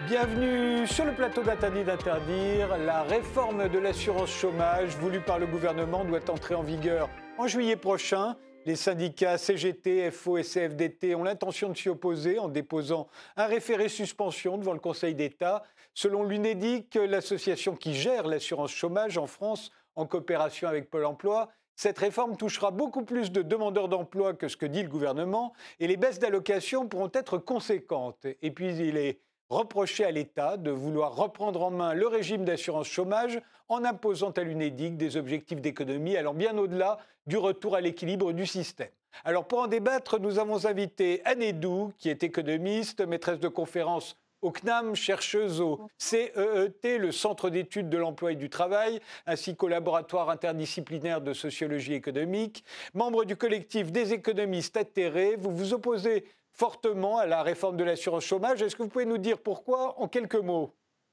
Bienvenue sur le plateau d'Interdit d'interdire. La réforme de l'assurance chômage voulue par le gouvernement doit entrer en vigueur en juillet prochain. Les syndicats CGT, FO et CFDT ont l'intention de s'y opposer en déposant un référé suspension devant le Conseil d'État. Selon l'UNEDIC, l'association qui gère l'assurance chômage en France, en coopération avec Pôle emploi, cette réforme touchera beaucoup plus de demandeurs d'emploi que ce que dit le gouvernement et les baisses d'allocations pourront être conséquentes. Et puis il est reproché à l'État de vouloir reprendre en main le régime d'assurance chômage en imposant à l'UNEDIC des objectifs d'économie allant bien au-delà du retour à l'équilibre du système. Alors pour en débattre, nous avons invité Anne Edoux, qui est économiste, maîtresse de conférences au CNAM, chercheuse au CEET, le Centre d'études de l'emploi et du travail, ainsi qu'au laboratoire interdisciplinaire de sociologie économique, membre du collectif des économistes atterrés. Vous vous opposez fortement à la réforme de l'assurance chômage. Est-ce que vous pouvez nous dire pourquoi en quelques mots ?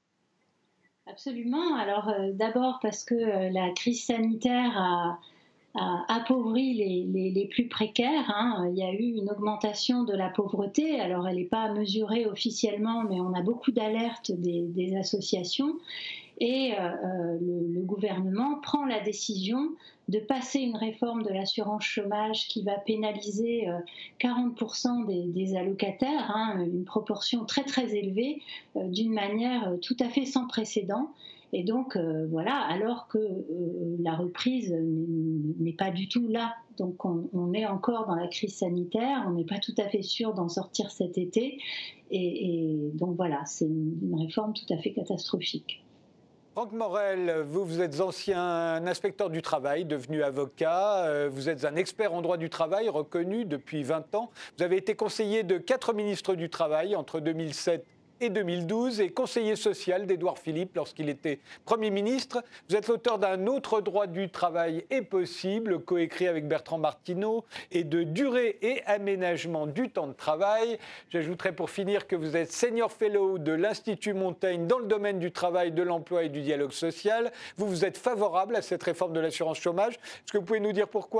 Absolument. Alors d'abord parce que la crise sanitaire a appauvri les plus précaires. Il y a eu une augmentation de la pauvreté. Alors elle n'est pas mesurée officiellement, mais on a beaucoup d'alertes des associations. Et le gouvernement prend la décision de passer une réforme de l'assurance chômage qui va pénaliser 40% des allocataires, une proportion très très élevée, d'une manière tout à fait sans précédent. Et donc voilà, alors que la reprise n'est pas du tout là. Donc on est encore dans la crise sanitaire, on n'est pas tout à fait sûr d'en sortir cet été. Et donc voilà, c'est une réforme tout à fait catastrophique. Franck Morel, vous êtes ancien inspecteur du travail, devenu avocat. Vous êtes un expert en droit du travail, reconnu depuis 20 ans. Vous avez été conseiller de 4 ministres du Travail entre 2007 et 2012 et conseiller social d'Édouard Philippe lorsqu'il était Premier ministre. Vous êtes l'auteur d'un autre droit du travail est possible, coécrit avec Bertrand Martineau, et de durée et aménagement du temps de travail. J'ajouterai pour finir que vous êtes senior fellow de l'Institut Montaigne dans le domaine du travail, de l'emploi et du dialogue social. Vous êtes favorable à cette réforme de l'assurance chômage. Est-ce que vous pouvez nous dire pourquoi ?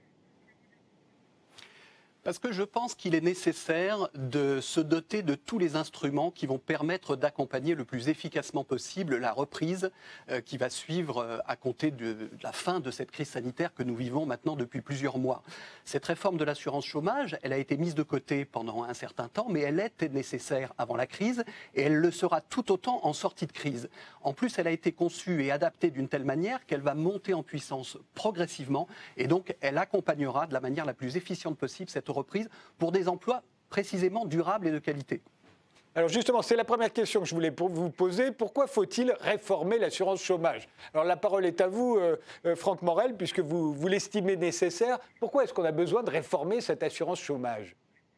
Parce que je pense qu'il est nécessaire de se doter de tous les instruments qui vont permettre d'accompagner le plus efficacement possible la reprise qui va suivre à compter de la fin de cette crise sanitaire que nous vivons maintenant depuis plusieurs mois. Cette réforme de l'assurance chômage, elle a été mise de côté pendant un certain temps, mais elle était nécessaire avant la crise et elle le sera tout autant en sortie de crise. En plus, elle a été conçue et adaptée d'une telle manière qu'elle va monter en puissance progressivement et donc elle accompagnera de la manière la plus efficiente possible cette reprise pour des emplois précisément durables et de qualité. Alors justement, c'est la première question que je voulais vous poser. Pourquoi faut-il réformer l'assurance chômage ? Alors la parole est à vous, Franck Morel, puisque vous l'estimez nécessaire. Pourquoi est-ce qu'on a besoin de réformer cette assurance chômage ?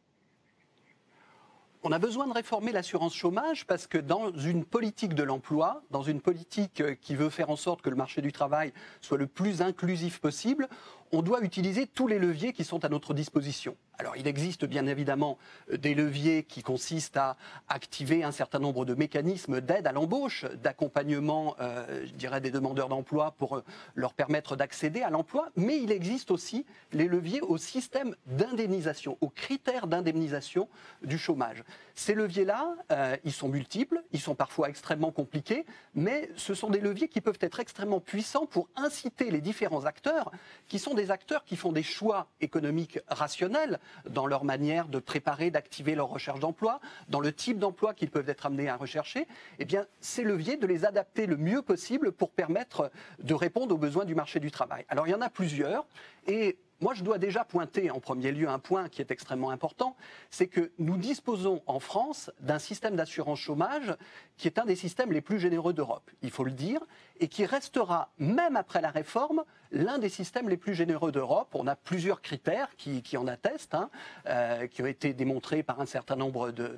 On a besoin de réformer l'assurance chômage parce que dans une politique de l'emploi, dans une politique qui veut faire en sorte que le marché du travail soit le plus inclusif possible, on doit utiliser tous les leviers qui sont à notre disposition. Alors il existe bien évidemment des leviers qui consistent à activer un certain nombre de mécanismes d'aide à l'embauche, d'accompagnement, je dirais, des demandeurs d'emploi pour leur permettre d'accéder à l'emploi, mais il existe aussi les leviers au système d'indemnisation, aux critères d'indemnisation du chômage. Ces leviers-là, ils sont multiples, ils sont parfois extrêmement compliqués, mais ce sont des leviers qui peuvent être extrêmement puissants pour inciter les différents acteurs, qui sont des acteurs qui font des choix économiques rationnels, dans leur manière de préparer, d'activer leur recherche d'emploi, dans le type d'emploi qu'ils peuvent être amenés à rechercher, eh bien, ces leviers, de les adapter le mieux possible pour permettre de répondre aux besoins du marché du travail. Alors, il y en a plusieurs, et moi, je dois déjà pointer en premier lieu un point qui est extrêmement important, c'est que nous disposons en France d'un système d'assurance chômage qui est un des systèmes les plus généreux d'Europe, il faut le dire, et qui restera, même après la réforme, l'un des systèmes les plus généreux d'Europe. On a plusieurs critères qui en attestent, qui ont été démontrés par un certain nombre de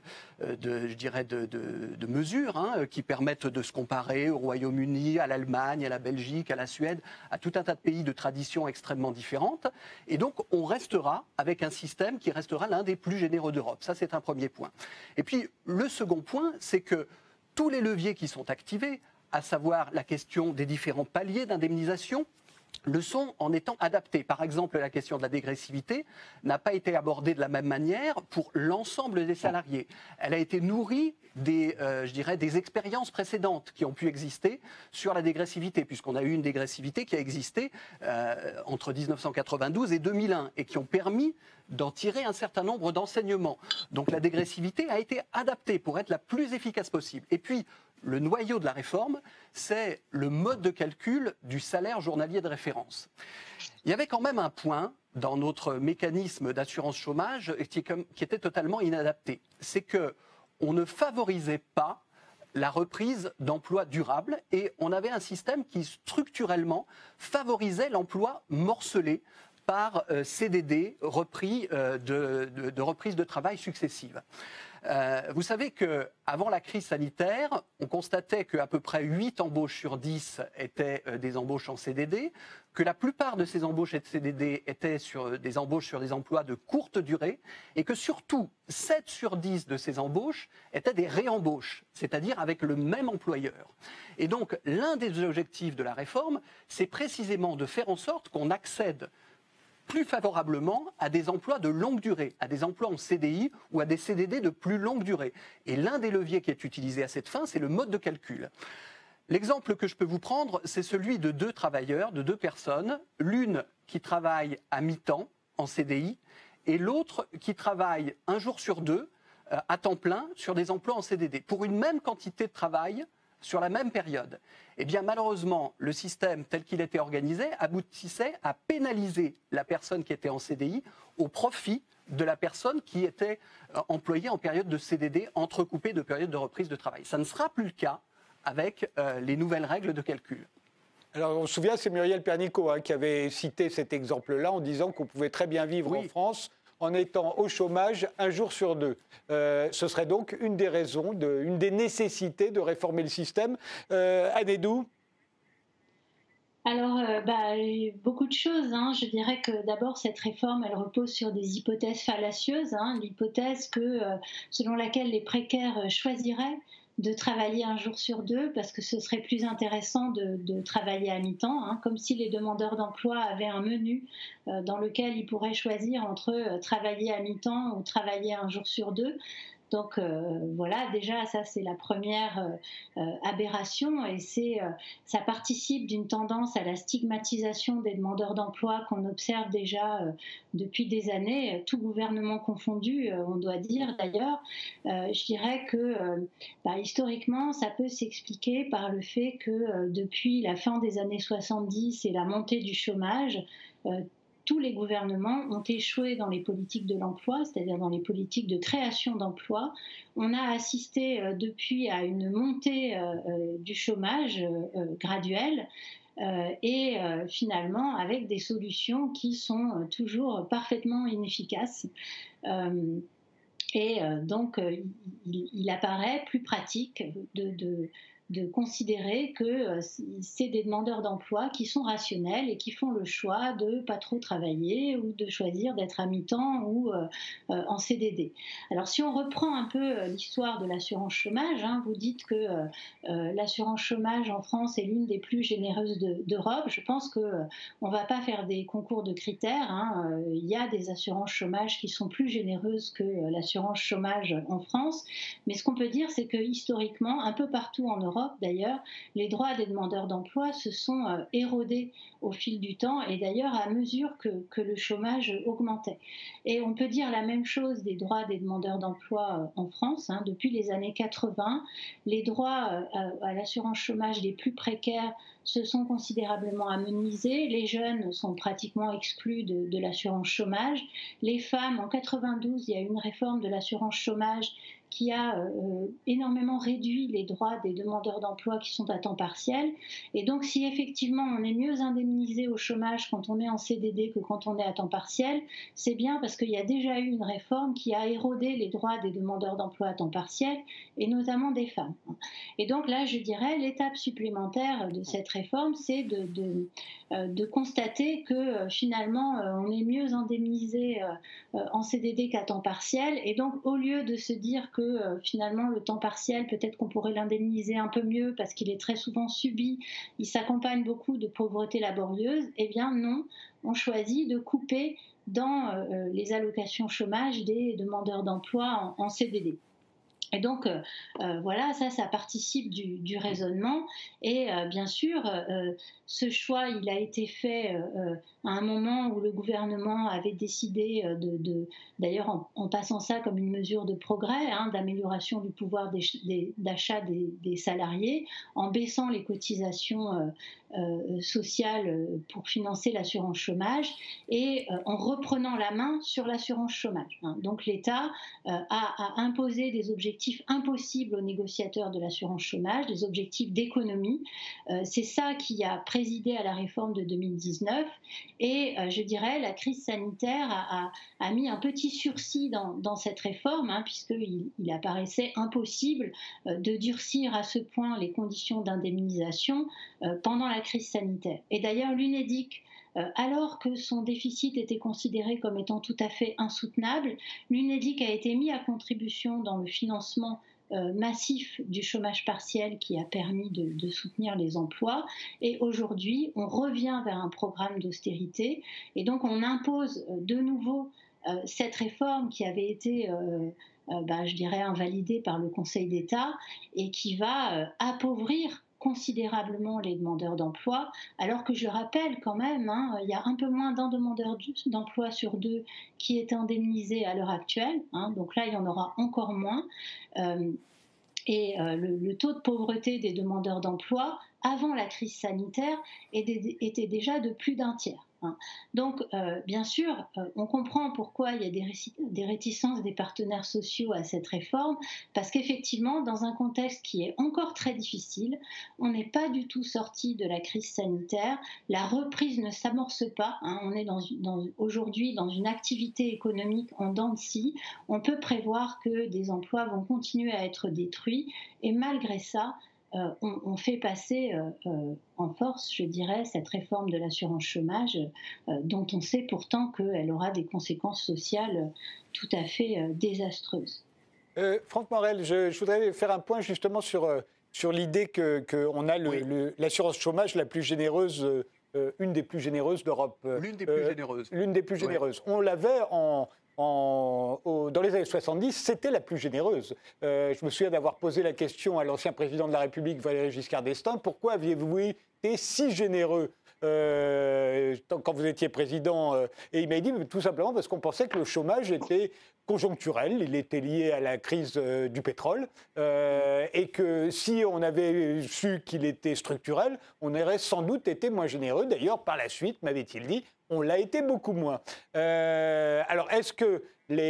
mesures qui permettent de se comparer au Royaume-Uni, à l'Allemagne, à la Belgique, à la Suède, à tout un tas de pays de traditions extrêmement différentes. Et donc, on restera avec un système qui restera l'un des plus généreux d'Europe. Ça, c'est un premier point. Et puis, le second point, c'est que tous les leviers qui sont activés, à savoir la question des différents paliers d'indemnisation, le sont en étant adaptés. Par exemple, la question de la dégressivité n'a pas été abordée de la même manière pour l'ensemble des salariés. Elle a été nourrie des expériences précédentes qui ont pu exister sur la dégressivité, puisqu'on a eu une dégressivité qui a existé entre 1992 et 2001 et qui ont permis d'en tirer un certain nombre d'enseignements. Donc la dégressivité a été adaptée pour être la plus efficace possible. Et puis, le noyau de la réforme, c'est le mode de calcul du salaire journalier de référence. Il y avait quand même un point dans notre mécanisme d'assurance chômage qui était totalement inadapté. C'est qu'on ne favorisait pas la reprise d'emplois durables et on avait un système qui structurellement favorisait l'emploi morcelé par CDD repris de reprises de travail successives. Vous savez qu'avant la crise sanitaire, on constatait qu'à peu près 8 embauches sur 10 étaient des embauches en CDD, que la plupart de ces embauches et CDD étaient sur des embauches sur des emplois de courte durée, et que surtout 7 sur 10 de ces embauches étaient des réembauches, c'est-à-dire avec le même employeur. Et donc l'un des objectifs de la réforme, c'est précisément de faire en sorte qu'on accède plus favorablement à des emplois de longue durée, à des emplois en CDI ou à des CDD de plus longue durée. Et l'un des leviers qui est utilisé à cette fin, c'est le mode de calcul. L'exemple que je peux vous prendre, c'est celui de 2 travailleurs, de 2 personnes, l'une qui travaille à mi-temps en CDI et l'autre qui travaille un jour sur 2 à temps plein sur des emplois en CDD. Pour une même quantité de travail, sur la même période. Eh bien, malheureusement, le système tel qu'il était organisé aboutissait à pénaliser la personne qui était en CDI au profit de la personne qui était employée en période de CDD entrecoupée de périodes de reprise de travail. Ça ne sera plus le cas avec les nouvelles règles de calcul. Alors, on se souvient, c'est Muriel Pénicaud qui avait cité cet exemple-là en disant qu'on pouvait très bien vivre en France en étant au chômage un jour sur 2. Ce serait donc une des raisons, une des nécessités de réformer le système. Anne Eydou ? Alors, beaucoup de choses. Je dirais que d'abord, cette réforme, elle repose sur des hypothèses fallacieuses. L'hypothèse selon laquelle les précaires choisiraient de travailler un jour sur 2 parce que ce serait plus intéressant de travailler à mi-temps, comme si les demandeurs d'emploi avaient un menu dans lequel ils pourraient choisir entre travailler à mi-temps ou travailler un jour sur 2. Donc voilà, déjà ça c'est la première aberration et ça participe d'une tendance à la stigmatisation des demandeurs d'emploi qu'on observe déjà depuis des années, tout gouvernement confondu, on doit dire d'ailleurs. Je dirais que historiquement ça peut s'expliquer par le fait que depuis la fin des années 70 et la montée du chômage, tous les gouvernements ont échoué dans les politiques de l'emploi, c'est-à-dire dans les politiques de création d'emplois. On a assisté depuis à une montée du chômage graduelle et finalement avec des solutions qui sont toujours parfaitement inefficaces. Donc, il apparaît plus pratique de considérer que c'est des demandeurs d'emploi qui sont rationnels et qui font le choix de ne pas trop travailler ou de choisir d'être à mi-temps ou en CDD. Alors si on reprend un peu l'histoire de l'assurance chômage, vous dites que l'assurance chômage en France est l'une des plus généreuses d'Europe. Je pense qu'on ne va pas faire des concours de critères. Il y a des assurances chômage qui sont plus généreuses que l'assurance chômage en France. Mais ce qu'on peut dire, c'est que historiquement, un peu partout en Europe, d'ailleurs, les droits des demandeurs d'emploi se sont érodés au fil du temps et d'ailleurs à mesure que le chômage augmentait. Et on peut dire la même chose des droits des demandeurs d'emploi en France. Depuis les années 80, les droits à l'assurance chômage les plus précaires se sont considérablement amenuisés. Les jeunes sont pratiquement exclus de l'assurance chômage. Les femmes, en 92, il y a eu une réforme de l'assurance chômage qui a énormément réduit les droits des demandeurs d'emploi qui sont à temps partiel. Et donc, si effectivement on est mieux indemnisé au chômage quand on est en CDD que quand on est à temps partiel, c'est bien parce qu'il y a déjà eu une réforme qui a érodé les droits des demandeurs d'emploi à temps partiel, et notamment des femmes. Et donc là, je dirais, l'étape supplémentaire de cette réforme, c'est de constater que finalement, on est mieux indemnisé en CDD qu'à temps partiel. Et donc, au lieu de se dire que que finalement le temps partiel, peut-être qu'on pourrait l'indemniser un peu mieux parce qu'il est très souvent subi, il s'accompagne beaucoup de pauvreté laborieuse, eh bien non, on choisit de couper dans les allocations chômage des demandeurs d'emploi en CDD. Et donc, voilà, ça participe du raisonnement. Et bien sûr, ce choix, il a été fait à un moment où le gouvernement avait décidé d'ailleurs en passant ça comme une mesure de progrès, d'amélioration du pouvoir d'achat des salariés, en baissant les cotisations sociales pour financer l'assurance chômage et en reprenant la main sur l'assurance chômage. Donc l'État a imposé des objectifs impossibles aux négociateurs de l'assurance chômage, des objectifs d'économie. C'est ça qui a présidé à la réforme de 2019 et je dirais la crise sanitaire a mis un petit sursis dans cette réforme puisqu'il apparaissait impossible de durcir à ce point les conditions d'indemnisation pendant la crise sanitaire. Et d'ailleurs l'UNEDIC, alors que son déficit était considéré comme étant tout à fait insoutenable, l'UNEDIC a été mis à contribution dans le financement massif du chômage partiel qui a permis de soutenir les emplois. Et aujourd'hui, on revient vers un programme d'austérité et donc on impose de nouveau cette réforme qui avait été je dirais invalidée par le Conseil d'État et qui va appauvrir considérablement les demandeurs d'emploi, alors que je rappelle quand même, il y a un peu moins d'un demandeur d'emploi sur deux qui est indemnisé à l'heure actuelle, donc là il y en aura encore moins, et le taux de pauvreté des demandeurs d'emploi avant la crise sanitaire était déjà de plus d'un tiers. Donc, bien sûr, on comprend pourquoi il y a des réticences des partenaires sociaux à cette réforme, parce qu'effectivement, dans un contexte qui est encore très difficile, on n'est pas du tout sorti de la crise sanitaire, la reprise ne s'amorce pas, on est aujourd'hui dans une activité économique en dents de scie, on peut prévoir que des emplois vont continuer à être détruits, et malgré ça, on fait passer en force, je dirais, cette réforme de l'assurance chômage dont on sait pourtant qu'elle aura des conséquences sociales tout à fait désastreuses. Franck Morel, je voudrais faire un point justement sur l'idée qu'on a l'assurance chômage la plus généreuse, une des plus généreuses d'Europe. L'une des plus généreuses. L'une des plus généreuses. On l'avait dans les années 70, c'était la plus généreuse. Je me souviens d'avoir posé la question à l'ancien président de la République, Valéry Giscard d'Estaing, pourquoi aviez-vous été si généreux quand vous étiez président, et il m'a dit tout simplement parce qu'on pensait que le chômage était conjoncturel, il était lié à la crise du pétrole, et que si on avait su qu'il était structurel, on aurait sans doute été moins généreux. D'ailleurs, par la suite, m'avait-il dit, on l'a été beaucoup moins. Alors, est-ce que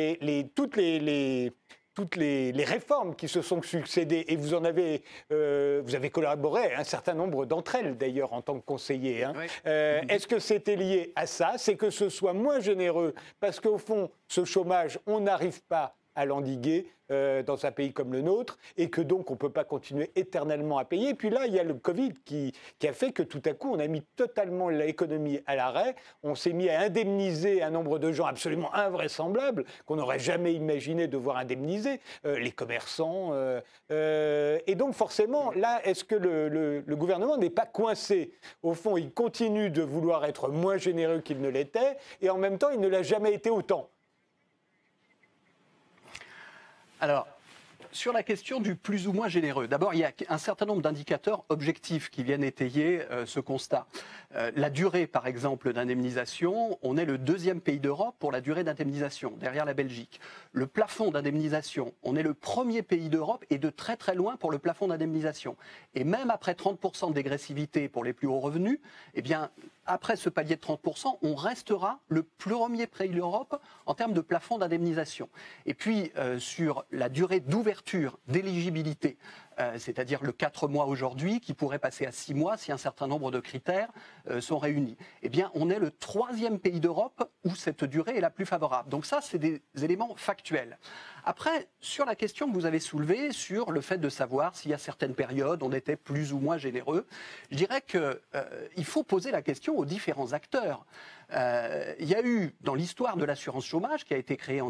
toutes les réformes qui se sont succédées, et vous avez collaboré à un certain nombre d'entre elles d'ailleurs en tant que conseiller, est-ce que c'était lié à ça? C'est que ce soit moins généreux parce qu'au fond, ce chômage, on n'arrive pas à l'endiguer dans un pays comme le nôtre, et que donc on ne peut pas continuer éternellement à payer. Et puis là, il y a le Covid qui a fait que tout à coup, on a mis totalement l'économie à l'arrêt, on s'est mis à indemniser un nombre de gens absolument invraisemblables, qu'on n'aurait jamais imaginé devoir indemniser, les commerçants. Et donc forcément, là, est-ce que le gouvernement n'est pas coincé? Au fond, il continue de vouloir être moins généreux qu'il ne l'était, et en même temps, il ne l'a jamais été autant. Alors, sur la question du plus ou moins généreux, d'abord, il y a un certain nombre d'indicateurs objectifs qui viennent étayer ce constat. La durée, par exemple, d'indemnisation, on est le deuxième pays d'Europe pour la durée d'indemnisation, derrière la Belgique. Le plafond d'indemnisation, on est le premier pays d'Europe et de très très loin pour le plafond d'indemnisation. Et même après 30% de dégressivité pour les plus hauts revenus, eh bien, après ce palier de 30%, on restera le premier pays d'Europe en termes de plafond d'indemnisation. Et puis, sur la durée d'ouverture, d'éligibilité, c'est-à-dire le 4 mois aujourd'hui, qui pourrait passer à 6 mois si un certain nombre de critères sont réunis. Eh bien, on est le troisième pays d'Europe où cette durée est la plus favorable. Donc ça, c'est des éléments factuels. Après, sur la question que vous avez soulevée, sur le fait de savoir s'il y a certaines périodes, on était plus ou moins généreux, je dirais qu'il faut poser la question aux différents acteurs. Il y a eu, dans l'histoire de l'assurance chômage, qui a été créée en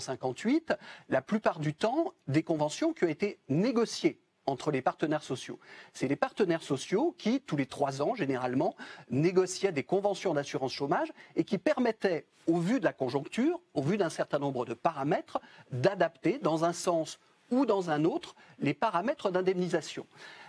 1958, la plupart du temps, des conventions qui ont été négociées entre les partenaires sociaux. C'est les partenaires sociaux qui, tous les 3 ans, généralement, négociaient des conventions d'assurance chômage et qui permettaient, au vu de la conjoncture, au vu d'un certain nombre de paramètres, d'adapter dans un sens ou dans un autre les paramètres d'indemnisation.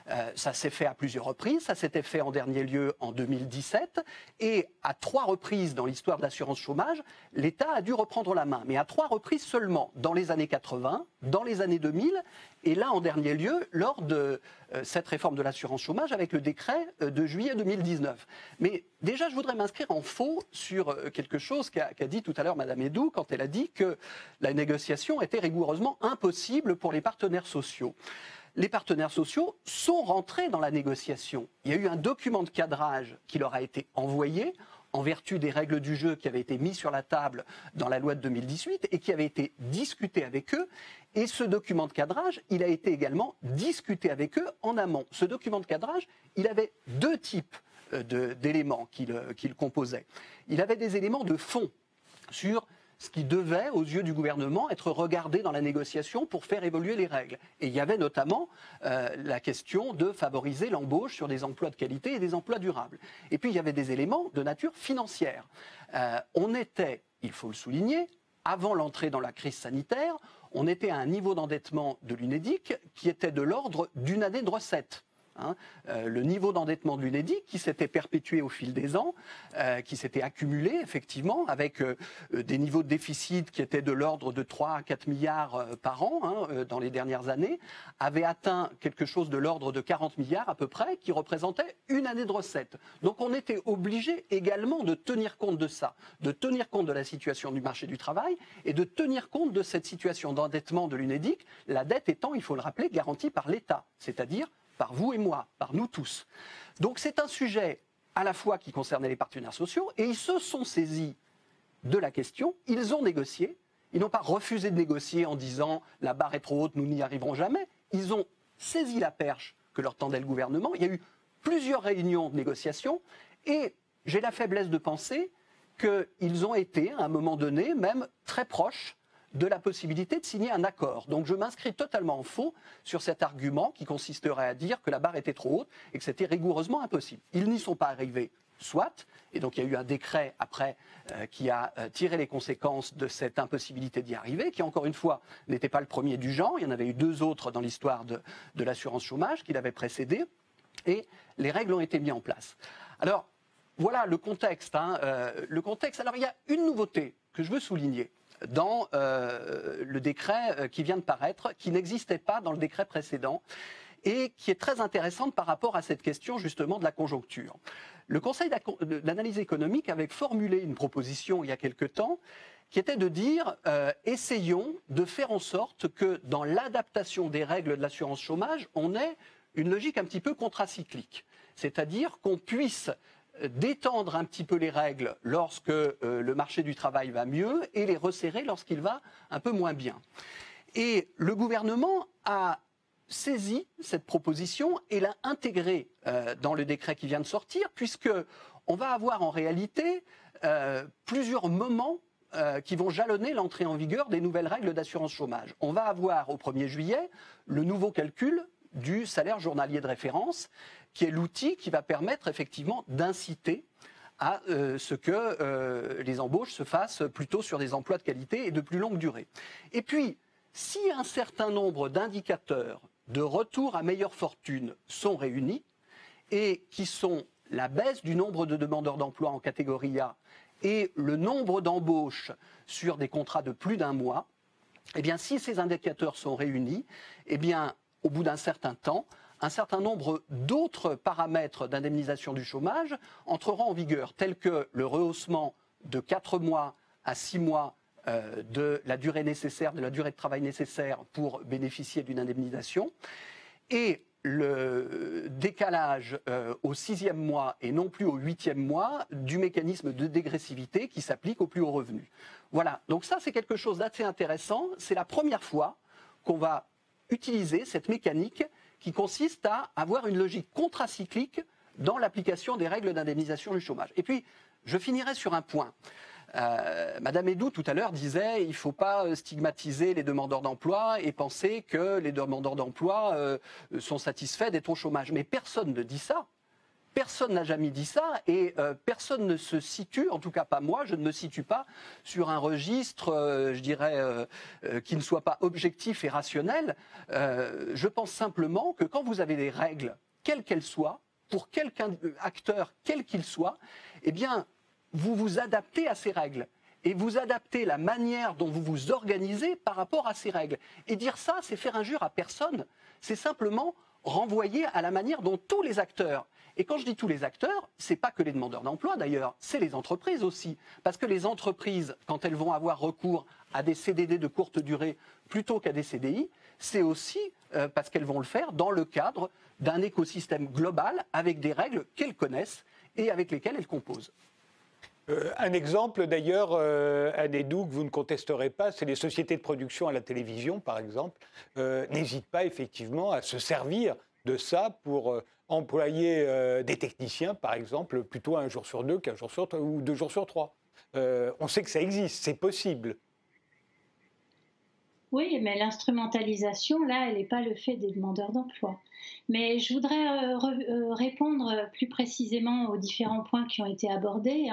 Ça s'est fait à plusieurs reprises, ça s'était fait en dernier lieu en 2017, et à 3 reprises dans l'histoire de l'assurance chômage, l'État a dû reprendre la main, mais à 3 reprises seulement, dans les années 80, dans les années 2000, et là en dernier lieu, lors de cette réforme de l'assurance chômage avec le décret de juillet 2019. Mais déjà, je voudrais m'inscrire en faux sur quelque chose qu'a dit tout à l'heure Madame Hédou, quand elle a dit que la négociation était rigoureusement impossible pour les partenaires sociaux. Les partenaires sociaux sont rentrés dans la négociation. Il y a eu un document de cadrage qui leur a été envoyé en vertu des règles du jeu qui avaient été mises sur la table dans la loi de 2018 et qui avait été discuté avec eux. Et ce document de cadrage, il a été également discuté avec eux en amont. Ce document de cadrage, il avait 2 types d'éléments qui le composaient. Il avait des éléments de fond sur ce qui devait, aux yeux du gouvernement, être regardé dans la négociation pour faire évoluer les règles. Et il y avait notamment la question de favoriser l'embauche sur des emplois de qualité et des emplois durables. Et puis il y avait des éléments de nature financière. On était, il faut le souligner, avant l'entrée dans la crise sanitaire, on était à un niveau d'endettement de l'UNEDIC qui était de l'ordre d'une année de recettes. Le niveau d'endettement de l'UNEDIC qui s'était perpétué au fil des ans, qui s'était accumulé effectivement avec des niveaux de déficit qui étaient de l'ordre de 3 à 4 milliards par an dans les dernières années, avait atteint quelque chose de l'ordre de 40 milliards à peu près, qui représentait une année de recettes. Donc on était obligé également de tenir compte de ça, de tenir compte de la situation du marché du travail et de tenir compte de cette situation d'endettement de l'UNEDIC, la dette étant, il faut le rappeler, garantie par l'État, c'est-à-dire par vous et moi, par nous tous. Donc c'est un sujet à la fois qui concernait les partenaires sociaux, et ils se sont saisis de la question, ils ont négocié, ils n'ont pas refusé de négocier en disant « la barre est trop haute, nous n'y arriverons jamais », ils ont saisi la perche que leur tendait le gouvernement, il y a eu plusieurs réunions de négociation, et j'ai la faiblesse de penser qu'ils ont été, à un moment donné, même très proches de la possibilité de signer un accord. Donc je m'inscris totalement en faux sur cet argument qui consisterait à dire que la barre était trop haute et que c'était rigoureusement impossible. Ils n'y sont pas arrivés, soit, et donc il y a eu un décret après qui a tiré les conséquences de cette impossibilité d'y arriver, qui encore une fois n'était pas le premier du genre, il y en avait eu 2 autres dans l'histoire de l'assurance chômage qui l'avaient précédé, et les règles ont été mises en place. Alors voilà le contexte. Le contexte. Alors il y a une nouveauté que je veux souligner dans le décret qui vient de paraître, qui n'existait pas dans le décret précédent et qui est très intéressante par rapport à cette question justement de la conjoncture. Le Conseil d'analyse économique avait formulé une proposition il y a quelque temps qui était de dire essayons de faire en sorte que dans l'adaptation des règles de l'assurance chômage, on ait une logique un petit peu contracyclique, c'est-à-dire qu'on puisse d'étendre un petit peu les règles lorsque le marché du travail va mieux et les resserrer lorsqu'il va un peu moins bien. Et le gouvernement a saisi cette proposition et l'a intégrée dans le décret qui vient de sortir, puisqu'on va avoir en réalité plusieurs moments qui vont jalonner l'entrée en vigueur des nouvelles règles d'assurance chômage. On va avoir au 1er juillet le nouveau calcul du salaire journalier de référence, qui est l'outil qui va permettre effectivement d'inciter à ce que les embauches se fassent plutôt sur des emplois de qualité et de plus longue durée. Et puis, si un certain nombre d'indicateurs de retour à meilleure fortune sont réunis, et qui sont la baisse du nombre de demandeurs d'emploi en catégorie A et le nombre d'embauches sur des contrats de plus d'1 mois, eh bien, si ces indicateurs sont réunis, eh bien, au bout d'un certain temps, un certain nombre d'autres paramètres d'indemnisation du chômage entreront en vigueur, tels que le rehaussement de 4 mois à 6 mois de la durée nécessaire, de la durée de travail nécessaire pour bénéficier d'une indemnisation, et le décalage au 6e mois et non plus au 8e mois du mécanisme de dégressivité qui s'applique aux plus hauts revenus. Voilà, donc ça c'est quelque chose d'assez intéressant. C'est la première fois qu'on va utiliser cette mécanique qui consiste à avoir une logique contracyclique dans l'application des règles d'indemnisation du chômage. Et puis, Je finirai sur un point. Madame Hédou, tout à l'heure, disait qu'il ne faut pas stigmatiser les demandeurs d'emploi et penser que les demandeurs d'emploi sont satisfaits d'être au chômage. Mais personne ne dit ça. Personne n'a jamais dit ça et personne ne se situe, en tout cas pas moi, je ne me situe pas sur un registre, qui ne soit pas objectif et rationnel. Je pense simplement que quand vous avez des règles, quelles qu'elles soient, pour quelqu'un acteur, quel qu'il soit, eh bien, vous vous adaptez à ces règles. Et vous adaptez la manière dont vous vous organisez par rapport à ces règles. Et dire ça, c'est faire injure à personne. C'est simplement renvoyer à la manière dont tous les acteurs, et quand je dis tous les acteurs, c'est pas que les demandeurs d'emploi d'ailleurs, c'est les entreprises aussi. Parce que les entreprises, quand elles vont avoir recours à des CDD de courte durée plutôt qu'à des CDI, c'est aussi parce qu'elles vont le faire dans le cadre d'un écosystème global avec des règles qu'elles connaissent et avec lesquelles elles composent. Un exemple d'ailleurs, Anne Hédou, que vous ne contesterez pas, c'est les sociétés de production à la télévision, par exemple, n'hésitent pas effectivement à se servir de ça pour employer des techniciens, par exemple, plutôt un jour sur deux qu'un jour sur ou 2 jours sur 3. On sait que ça existe, c'est possible. Oui, mais l'instrumentalisation, là, elle n'est pas le fait des demandeurs d'emploi. Mais je voudrais répondre plus précisément aux différents points qui ont été abordés.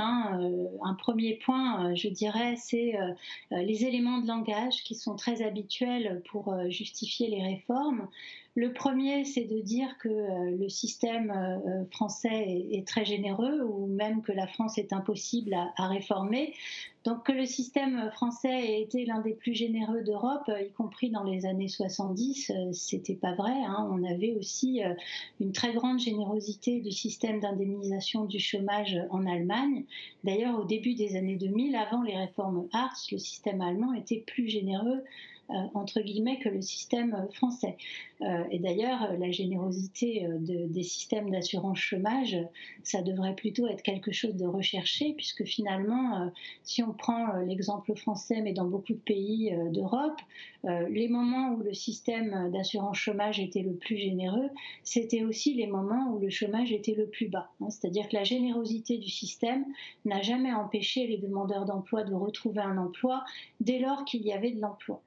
Un premier point, je dirais, c'est les éléments de langage qui sont très habituels pour justifier les réformes. Le premier, c'est de dire que le système français est très généreux ou même que la France est impossible à réformer. Donc que le système français ait été l'un des plus généreux d'Europe, y compris dans les années 70, c'était pas vrai. On avait aussi une très grande générosité du système d'indemnisation du chômage en Allemagne. D'ailleurs, au début des années 2000, avant les réformes Hartz, le système allemand était plus généreux entre guillemets, que le système français. Et d'ailleurs, la générosité des systèmes d'assurance chômage, ça devrait plutôt être quelque chose de recherché, puisque finalement, si on prend l'exemple français, mais dans beaucoup de pays d'Europe, les moments où le système d'assurance chômage était le plus généreux, c'était aussi les moments où le chômage était le plus bas. C'est-à-dire que la générosité du système n'a jamais empêché les demandeurs d'emploi de retrouver un emploi dès lors qu'il y avait de l'emploi.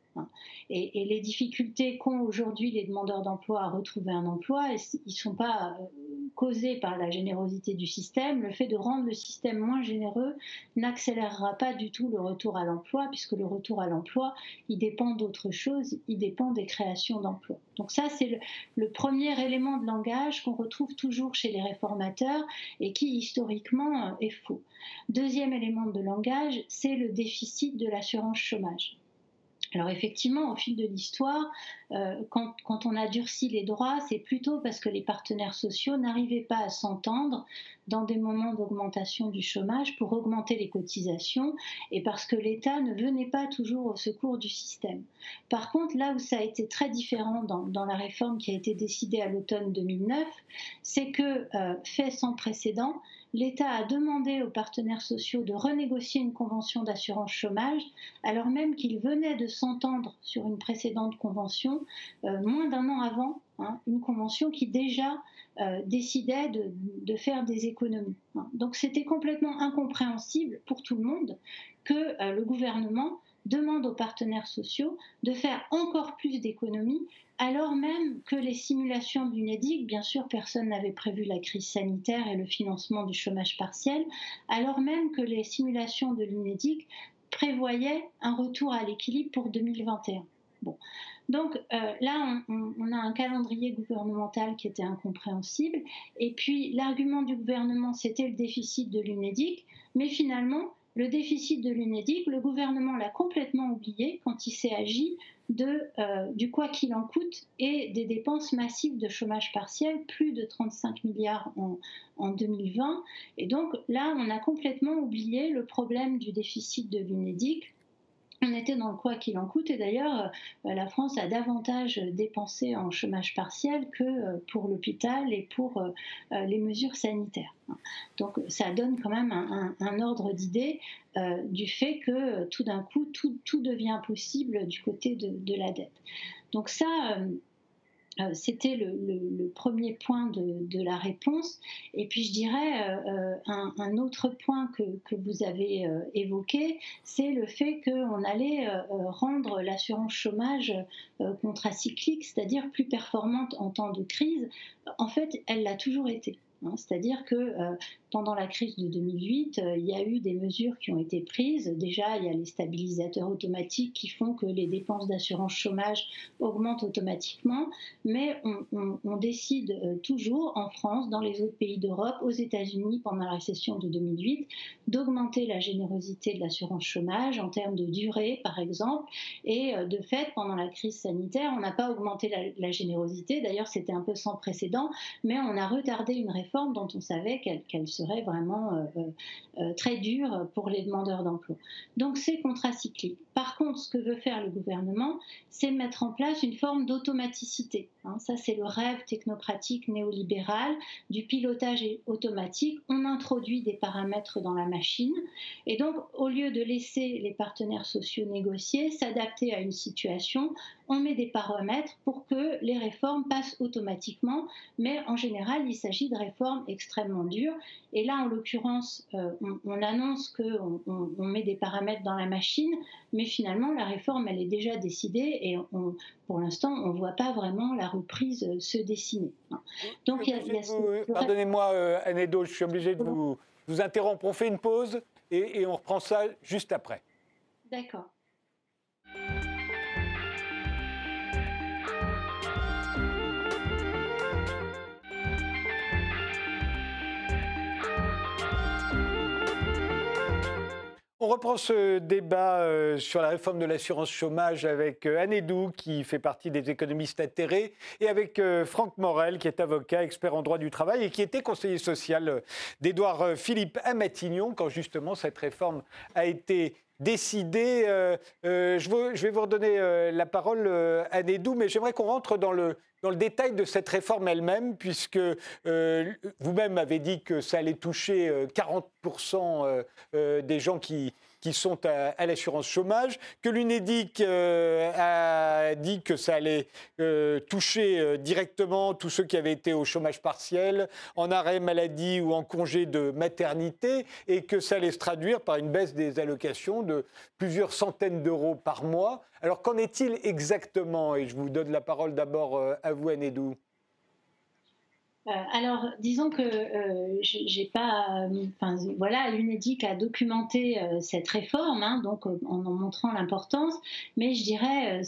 Et les difficultés qu'ont aujourd'hui les demandeurs d'emploi à retrouver un emploi, ils ne sont pas causées par la générosité du système. Le fait de rendre le système moins généreux n'accélérera pas du tout le retour à l'emploi, puisque le retour à l'emploi, il dépend d'autre chose, il dépend des créations d'emplois. Donc ça, c'est le premier élément de langage qu'on retrouve toujours chez les réformateurs et qui, historiquement, est faux. Deuxième élément de langage, c'est le déficit de l'assurance chômage. Alors effectivement, au fil de l'histoire, quand on a durci les droits, c'est plutôt parce que les partenaires sociaux n'arrivaient pas à s'entendre dans des moments d'augmentation du chômage pour augmenter les cotisations et parce que l'État ne venait pas toujours au secours du système. Par contre, là où ça a été très différent dans la réforme qui a été décidée à l'automne 2009, c'est que, fait sans précédent, l'État a demandé aux partenaires sociaux de renégocier une convention d'assurance chômage, alors même qu'ils venaient de s'entendre sur une précédente convention, moins d'1 an avant, une convention qui déjà décidait de faire des économies. Donc c'était complètement incompréhensible pour tout le monde que le gouvernement demande aux partenaires sociaux de faire encore plus d'économies, alors même que les simulations de l'UNEDIC, bien sûr personne n'avait prévu la crise sanitaire et le financement du chômage partiel, alors même que les simulations de l'UNEDIC prévoyaient un retour à l'équilibre pour 2021. Bon. Donc là, on a un calendrier gouvernemental qui était incompréhensible, et puis l'argument du gouvernement, c'était le déficit de l'UNEDIC, mais finalement, le déficit de l'UNEDIC, le gouvernement l'a complètement oublié quand il s'est agi du quoi qu'il en coûte et des dépenses massives de chômage partiel, plus de 35 milliards en 2020. Et donc là, on a complètement oublié le problème du déficit de l'UNEDIC. On était dans le quoi qu'il en coûte, et d'ailleurs la France a davantage dépensé en chômage partiel que pour l'hôpital et pour les mesures sanitaires. Donc ça donne quand même un ordre d'idée du fait que tout d'un coup tout devient possible du côté de la dette. Donc ça, C'était le premier point de la réponse. Et puis je dirais un autre point que vous avez évoqué, c'est le fait qu'on allait rendre l'assurance chômage contracyclique, c'est-à-dire plus performante en temps de crise. En fait, elle l'a toujours été. C'est-à-dire que pendant la crise de 2008, il y a eu des mesures qui ont été prises. Déjà, il y a les stabilisateurs automatiques qui font que les dépenses d'assurance chômage augmentent automatiquement, mais on décide toujours en France, dans les autres pays d'Europe, aux États-Unis pendant la récession de 2008, d'augmenter la générosité de l'assurance chômage en termes de durée, par exemple. Et de fait, pendant la crise sanitaire, on n'a pas augmenté la générosité. D'ailleurs, c'était un peu sans précédent, mais on a retardé une réforme dont on savait qu'elle serait vraiment très dure pour les demandeurs d'emploi. Donc c'est contracyclique. Par contre, ce que veut faire le gouvernement, c'est mettre en place une forme d'automaticité. Ça, c'est le rêve technocratique néolibéral du pilotage automatique. On introduit des paramètres dans la machine et donc, au lieu de laisser les partenaires sociaux négocier, s'adapter à une situation, on met des paramètres pour que les réformes passent automatiquement, mais en général, il s'agit de réformes extrêmement dures. Et là, en l'occurrence, on annonce qu'on met des paramètres dans la machine, mais finalement, la réforme, elle est déjà décidée et pour l'instant, on ne voit pas vraiment la reprise se dessiner. Donc, pardonnez-moi, Anne Edo, je suis obligé de vous interrompre. On fait une pause et on reprend ça juste après. D'accord. On reprend ce débat sur la réforme de l'assurance chômage avec Anne Edo, qui fait partie des économistes atterrés, et avec Franck Morel, qui est avocat, expert en droit du travail et qui était conseiller social d'Édouard Philippe à Matignon, quand justement cette réforme a été décidée. Je vais vous redonner la parole, Anne Edo, mais j'aimerais qu'on rentre dans le détail de cette réforme elle-même, puisque vous-même avez dit que ça allait toucher 40% des gens qui sont à l'assurance chômage, que l'UNEDIC a dit que ça allait toucher directement tous ceux qui avaient été au chômage partiel, en arrêt maladie ou en congé de maternité, et que ça allait se traduire par une baisse des allocations de plusieurs centaines d'euros par mois. Alors qu'en est-il exactement ? Et je vous donne la parole d'abord à vous, Anne Edo. Alors, disons que j'ai pas. Voilà, l'UNEDIC a documenté cette réforme, donc en montrant l'importance. Mais je dirais,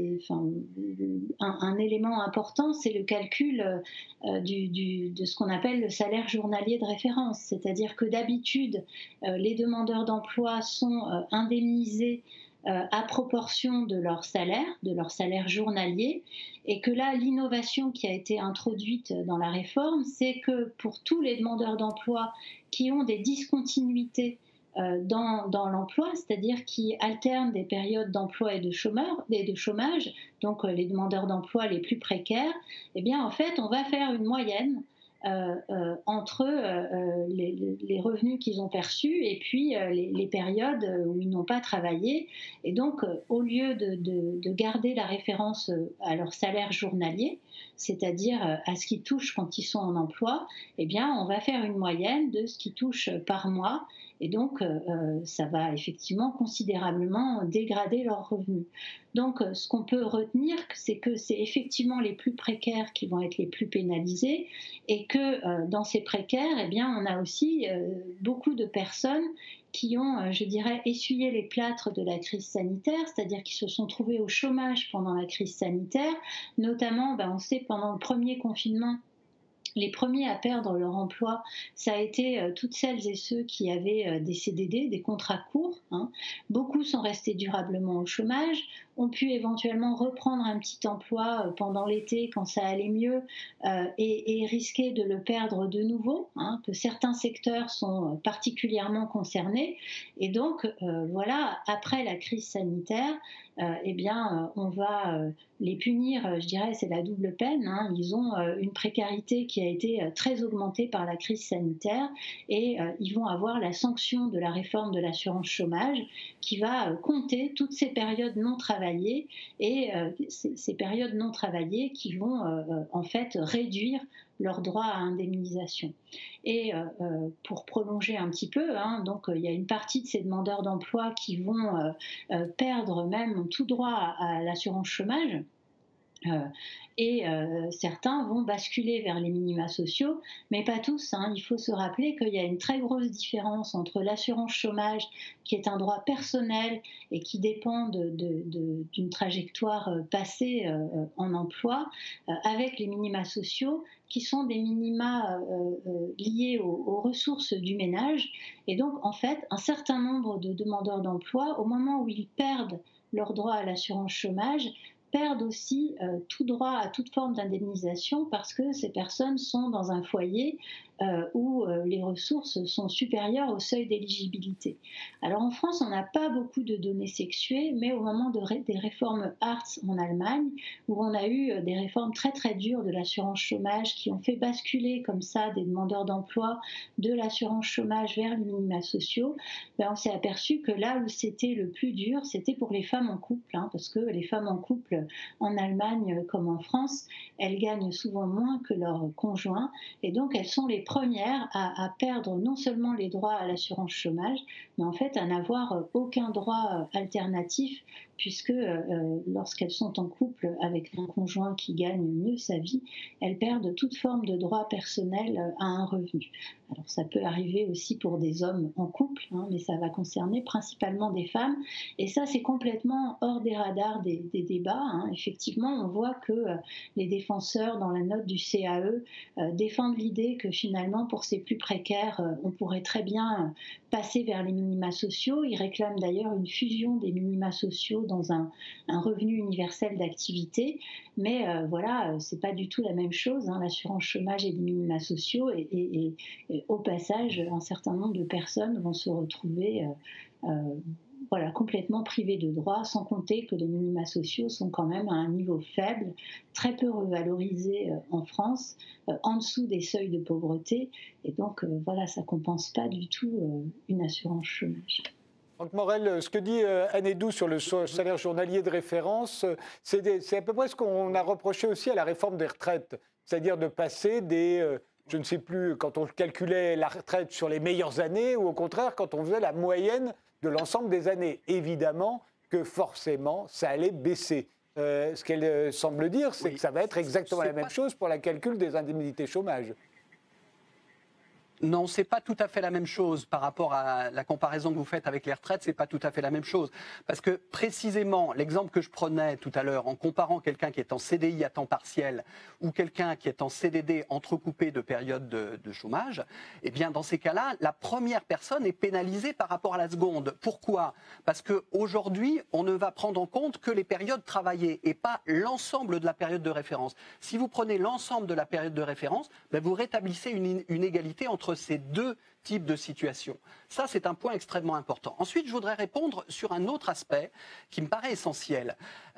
un élément important, c'est le calcul de ce qu'on appelle le salaire journalier de référence. C'est-à-dire que d'habitude, les demandeurs d'emploi sont indemnisés à proportion de leur salaire journalier, et que là, l'innovation qui a été introduite dans la réforme, c'est que pour tous les demandeurs d'emploi qui ont des discontinuités dans l'emploi, c'est-à-dire qui alternent des périodes d'emploi et de chômage, donc les demandeurs d'emploi les plus précaires, eh bien en fait, on va faire une moyenne entre les revenus qu'ils ont perçus et puis les périodes où ils n'ont pas travaillé. Et donc, au lieu de garder la référence à leur salaire journalier, c'est-à-dire à ce qu'ils touchent quand ils sont en emploi, eh bien, on va faire une moyenne de ce qu'ils touchent par mois. Et donc, ça va effectivement considérablement dégrader leurs revenus. Donc, ce qu'on peut retenir, c'est que c'est effectivement les plus précaires qui vont être les plus pénalisés, et que dans ces précaires, eh bien, on a aussi beaucoup de personnes qui ont, je dirais, essuyé les plâtres de la crise sanitaire, c'est-à-dire qui se sont trouvés au chômage pendant la crise sanitaire, notamment, on sait, pendant le premier confinement, les premiers à perdre leur emploi, ça a été toutes celles et ceux qui avaient des CDD, des contrats courts. Beaucoup sont restés durablement au chômage, ont pu éventuellement reprendre un petit emploi pendant l'été quand ça allait mieux et risquer de le perdre de nouveau, que certains secteurs sont particulièrement concernés. Et donc, voilà, après la crise sanitaire, eh bien, on va les punir, je dirais, c'est la double peine. Ils ont une précarité qui a été très augmentée par la crise sanitaire et ils vont avoir la sanction de la réforme de l'assurance chômage qui va compter toutes ces périodes non travaillées travaillées et ces périodes non travaillées qui vont en fait réduire leur droit à indemnisation. Et pour prolonger un petit peu, donc il y a une partie de ces demandeurs d'emploi qui vont perdre même tout droit à l'assurance chômage. Certains vont basculer vers les minima sociaux, mais pas tous. Il faut se rappeler qu'il y a une très grosse différence entre l'assurance chômage, qui est un droit personnel et qui dépend d'une trajectoire passée en emploi, avec les minima sociaux, qui sont des minima liés aux ressources du ménage. Et donc, en fait, un certain nombre de demandeurs d'emploi, au moment où ils perdent leur droit à l'assurance chômage, perdent aussi tout droit à toute forme d'indemnisation parce que ces personnes sont dans un foyer où les ressources sont supérieures au seuil d'éligibilité. Alors en France, on n'a pas beaucoup de données sexuées, mais au moment des réformes Hartz en Allemagne, où on a eu des réformes très très dures de l'assurance chômage qui ont fait basculer comme ça des demandeurs d'emploi de l'assurance chômage vers les minima sociaux, on s'est aperçu que là où c'était le plus dur, c'était pour les femmes en couple, parce que les femmes en couple en Allemagne comme en France, elles gagnent souvent moins que leurs conjoints et donc elles sont les premières à perdre non seulement les droits à l'assurance chômage, mais en fait à n'avoir aucun droit alternatif puisque lorsqu'elles sont en couple avec un conjoint qui gagne mieux sa vie, elles perdent toute forme de droit personnel à un revenu. Alors ça peut arriver aussi pour des hommes en couple, mais ça va concerner principalement des femmes. Et ça, c'est complètement hors des radars des débats. Effectivement, on voit que les défenseurs, dans la note du CAE, défendent l'idée que finalement, pour ces plus précaires, on pourrait très bien passer vers les minima sociaux. Ils réclament d'ailleurs une fusion des minima sociaux dans un revenu universel d'activité. Mais voilà, c'est pas du tout la même chose, l'assurance chômage et les minima sociaux. Et au passage, un certain nombre de personnes vont se retrouver complètement privées de droits, sans compter que les minima sociaux sont quand même à un niveau faible, très peu revalorisés en France, en dessous des seuils de pauvreté. Et donc, ça ne compense pas du tout une assurance chômage. Franck Morel, ce que dit Anne Eydou sur le salaire journalier de référence, c'est à peu près ce qu'on a reproché aussi à la réforme des retraites, c'est-à-dire de passer je ne sais plus, quand on calculait la retraite sur les meilleures années ou au contraire quand on faisait la moyenne de l'ensemble des années. Évidemment que forcément, ça allait baisser. Ce qu'elle semble dire, c'est que ça va être exactement la même chose pour la calcul des indemnités chômage. Non, c'est pas tout à fait la même chose par rapport à la comparaison que vous faites avec les retraites, c'est pas tout à fait la même chose. Parce que précisément, l'exemple que je prenais tout à l'heure en comparant quelqu'un qui est en CDI à temps partiel ou quelqu'un qui est en CDD entrecoupé de périodes de chômage, eh bien dans ces cas-là, la première personne est pénalisée par rapport à la seconde. Pourquoi ? Parce qu'aujourd'hui, on ne va prendre en compte que les périodes travaillées et pas l'ensemble de la période de référence. Si vous prenez l'ensemble de la période de référence, vous rétablissez une égalité entre ces deux types de situations. Ça, c'est un point extrêmement important. Ensuite, je voudrais répondre sur un autre aspect qui me paraît essentiel.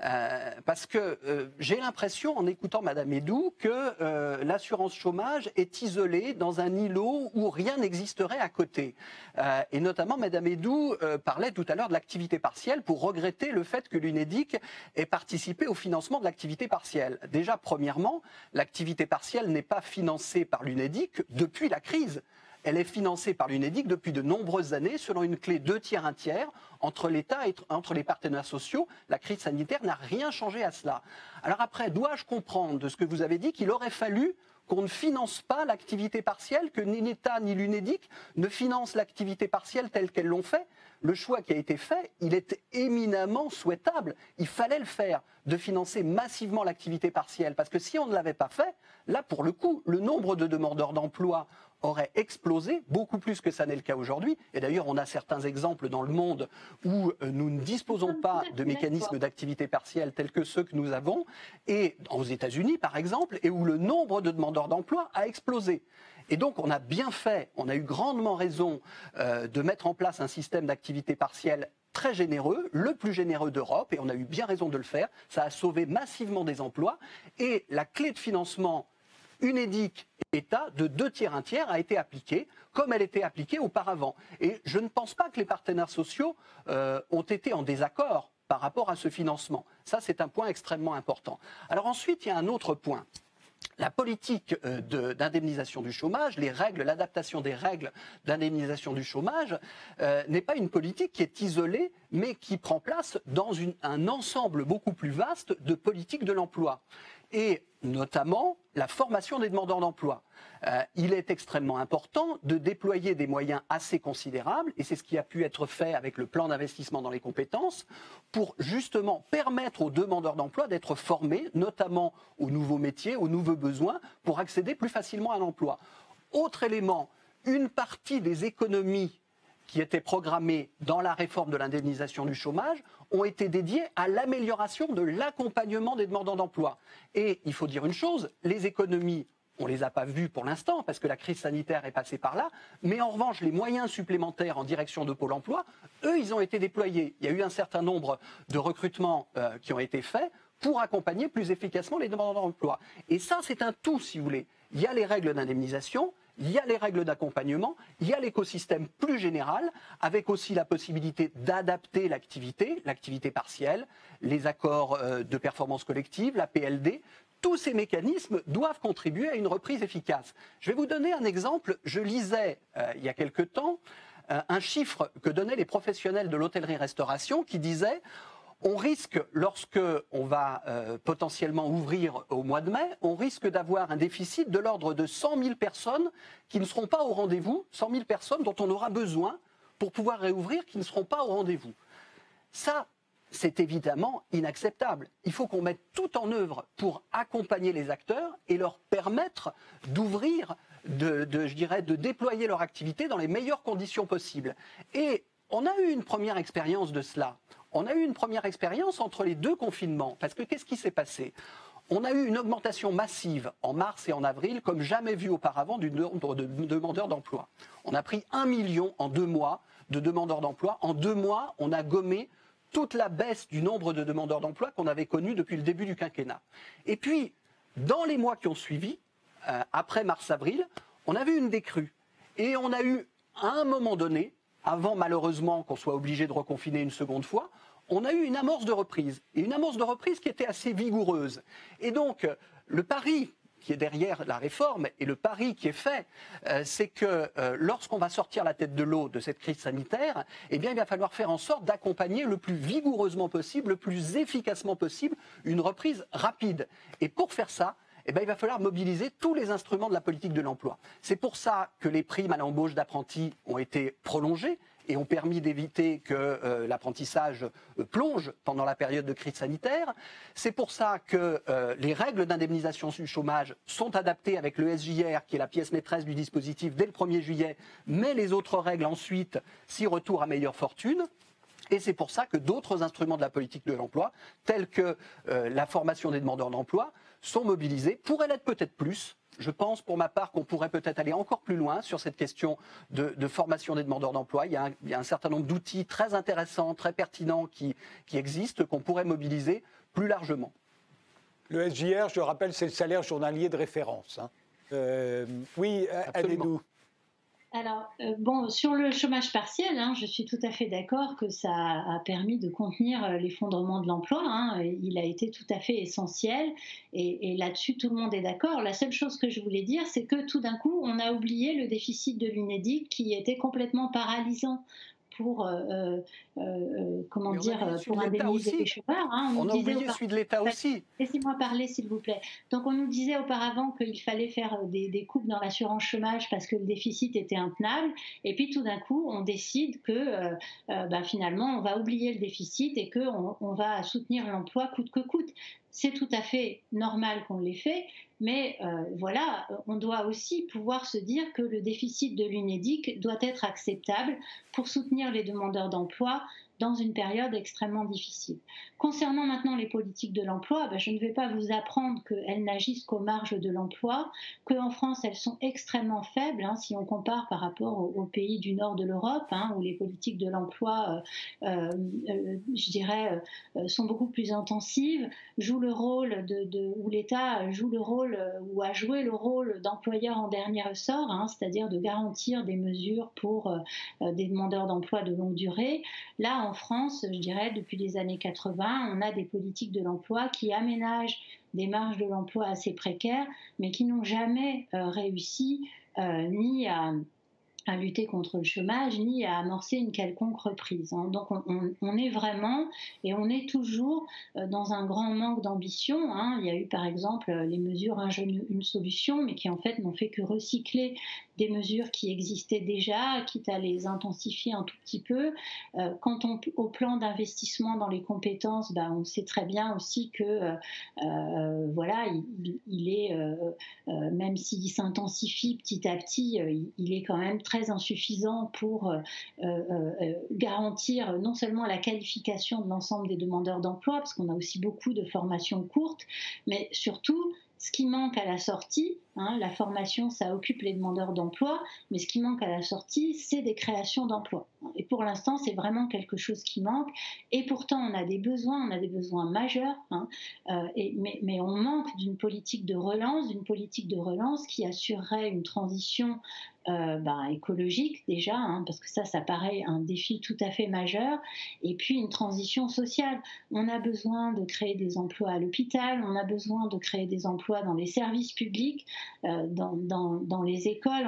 Parce que j'ai l'impression, en écoutant Mme Eydou, que l'assurance chômage est isolée dans un îlot où rien n'existerait à côté. Et notamment, Mme Eydou parlait tout à l'heure de l'activité partielle pour regretter le fait que l'UNEDIC ait participé au financement de l'activité partielle. Déjà, premièrement, l'activité partielle n'est pas financée par l'UNEDIC depuis la crise. Elle est financée par l'UNEDIC depuis de nombreuses années selon une clé 2 tiers, 1 tiers entre l'État et entre les partenaires sociaux. La crise sanitaire n'a rien changé à cela. Alors après, dois-je comprendre de ce que vous avez dit qu'il aurait fallu qu'on ne finance pas l'activité partielle, que ni l'État ni l'UNEDIC ne financent l'activité partielle telle qu'elles l'ont fait ? Le choix qui a été fait, il est éminemment souhaitable. Il fallait le faire, de financer massivement l'activité partielle. Parce que si on ne l'avait pas fait, là, pour le coup, le nombre de demandeurs d'emploi aurait explosé, beaucoup plus que ça n'est le cas aujourd'hui. Et d'ailleurs, on a certains exemples dans le monde où nous ne disposons pas de mécanismes d'activité partielle tels que ceux que nous avons, et aux États-Unis, par exemple, et où le nombre de demandeurs d'emploi a explosé. Et donc, on a bien fait, on a eu grandement raison de mettre en place un système d'activité partielle très généreux, le plus généreux d'Europe, et on a eu bien raison de le faire. Ça a sauvé massivement des emplois. Et la clé de financement UNEDIC État de 2 tiers, 1 tiers a été appliquée comme elle était appliquée auparavant. Et je ne pense pas que les partenaires sociaux ont été en désaccord par rapport à ce financement. Ça, c'est un point extrêmement important. Alors ensuite, il y a un autre point. La politique d'indemnisation du chômage, les règles, l'adaptation des règles d'indemnisation du chômage n'est pas une politique qui est isolée, mais qui prend place dans un ensemble beaucoup plus vaste de politiques de l'emploi. Et notamment la formation des demandeurs d'emploi. Il est extrêmement important de déployer des moyens assez considérables, et c'est ce qui a pu être fait avec le plan d'investissement dans les compétences, pour justement permettre aux demandeurs d'emploi d'être formés, notamment aux nouveaux métiers, aux nouveaux besoins, pour accéder plus facilement à l'emploi. Autre élément, une partie des économies qui étaient programmées dans la réforme de l'indemnisation du chômage ont été dédiées à l'amélioration de l'accompagnement des demandeurs d'emploi. Et il faut dire une chose, les économies, on ne les a pas vues pour l'instant parce que la crise sanitaire est passée par là, mais en revanche, les moyens supplémentaires en direction de Pôle emploi, eux, ils ont été déployés. Il y a eu un certain nombre de recrutements qui ont été faits pour accompagner plus efficacement les demandeurs d'emploi. Et ça, c'est un tout, si vous voulez. Il y a les règles d'indemnisation, il y a les règles d'accompagnement, il y a l'écosystème plus général, avec aussi la possibilité d'adapter l'activité partielle, les accords de performance collective, la PLD. Tous ces mécanismes doivent contribuer à une reprise efficace. Je vais vous donner un exemple. Je lisais il y a quelque temps un chiffre que donnaient les professionnels de l'hôtellerie-restauration qui disaient on risque, lorsque on va potentiellement ouvrir au mois de mai, on risque d'avoir un déficit de l'ordre de 100 000 personnes qui ne seront pas au rendez-vous, 100 000 personnes dont on aura besoin pour pouvoir réouvrir, qui ne seront pas au rendez-vous. Ça, c'est évidemment inacceptable. Il faut qu'on mette tout en œuvre pour accompagner les acteurs et leur permettre d'ouvrir, de déployer leur activité dans les meilleures conditions possibles. Et on a eu une première expérience de cela. On a eu une première expérience entre les deux confinements. Parce que qu'est-ce qui s'est passé ? On a eu une augmentation massive en mars et en avril, comme jamais vu auparavant, du nombre de demandeurs d'emploi. On a pris 1 million en 2 mois de demandeurs d'emploi. En 2 mois, on a gommé toute la baisse du nombre de demandeurs d'emploi qu'on avait connue depuis le début du quinquennat. Et puis, dans les mois qui ont suivi, après mars-avril, on a vu une décrue. Et on a eu, à un moment donné, avant malheureusement qu'on soit obligé de reconfiner une seconde fois, on a eu une amorce de reprise. Et une amorce de reprise qui était assez vigoureuse. Et donc, le pari qui est derrière la réforme et le pari qui est fait, c'est que lorsqu'on va sortir la tête de l'eau de cette crise sanitaire, eh bien, il va falloir faire en sorte d'accompagner le plus vigoureusement possible, le plus efficacement possible, une reprise rapide. Et pour faire ça, eh bien, il va falloir mobiliser tous les instruments de la politique de l'emploi. C'est pour ça que les primes à l'embauche d'apprentis ont été prolongées et ont permis d'éviter que l'apprentissage plonge pendant la période de crise sanitaire. C'est pour ça que les règles d'indemnisation du chômage sont adaptées avec le SJR, qui est la pièce maîtresse du dispositif, dès le 1er juillet, mais les autres règles ensuite s'y retournent à meilleure fortune. Et c'est pour ça que d'autres instruments de la politique de l'emploi, tels que la formation des demandeurs d'emploi, sont mobilisés, pourraient l'être peut-être plus. Je pense pour ma part qu'on pourrait peut-être aller encore plus loin sur cette question de formation des demandeurs d'emploi. Il y a un certain nombre d'outils très intéressants, très pertinents qui existent, qu'on pourrait mobiliser plus largement. Le SJR, je rappelle, c'est le salaire journalier de référence. Oui, Adedou. Alors, sur le chômage partiel, je suis tout à fait d'accord que ça a permis de contenir l'effondrement de l'emploi. Il a été tout à fait essentiel et là-dessus, tout le monde est d'accord. La seule chose que je voulais dire, c'est que tout d'un coup, on a oublié le déficit de l'UNEDIC qui était complètement paralysant pour pour indemniser les chômeurs. On a oublié celui de l'État aussi. Laissez-moi parler, s'il vous plaît. Donc, on nous disait auparavant qu'il fallait faire des coupes dans l'assurance chômage parce que le déficit était intenable. Et puis, tout d'un coup, on décide que finalement, on va oublier le déficit et qu'on va soutenir l'emploi coûte que coûte. C'est tout à fait normal qu'on l'ait fait, mais on doit aussi pouvoir se dire que le déficit de l'UNEDIC doit être acceptable pour soutenir les demandeurs d'emploi dans une période extrêmement difficile. Concernant maintenant les politiques de l'emploi, je ne vais pas vous apprendre qu'elles n'agissent qu'aux marges de l'emploi, qu'en France, elles sont extrêmement faibles, si on compare par rapport aux pays du nord de l'Europe, où les politiques de l'emploi, sont beaucoup plus intensives, jouent le rôle où l'État joue le rôle ou a joué le rôle d'employeur en dernier ressort, c'est-à-dire de garantir des mesures pour des demandeurs d'emploi de longue durée. Là, en France, je dirais, depuis les années 80, on a des politiques de l'emploi qui aménagent des marges de l'emploi assez précaires, mais qui n'ont jamais réussi ni à lutter contre le chômage, ni à amorcer une quelconque reprise. Donc on est vraiment, et on est toujours dans un grand manque d'ambition. Il y a eu par exemple les mesures Un jeune, une solution, mais qui en fait n'ont fait que recycler des mesures qui existaient déjà, quitte à les intensifier un tout petit peu. Quant au plan d'investissement dans les compétences, on sait très bien aussi que voilà, il est, même s'il s'intensifie petit à petit, il est quand même très insuffisant pour garantir non seulement la qualification de l'ensemble des demandeurs d'emploi, parce qu'on a aussi beaucoup de formations courtes, mais surtout ce qui manque à la sortie. La formation, ça occupe les demandeurs d'emploi, mais ce qui manque à la sortie, c'est des créations d'emplois. Et pour l'instant, c'est vraiment quelque chose qui manque. Et pourtant, on a des besoins majeurs. Mais on manque d'une politique de relance qui assurerait une transition écologique déjà, parce que ça paraît un défi tout à fait majeur, et puis une transition sociale. On a besoin de créer des emplois à l'hôpital, on a besoin de créer des emplois dans les services publics, dans les écoles.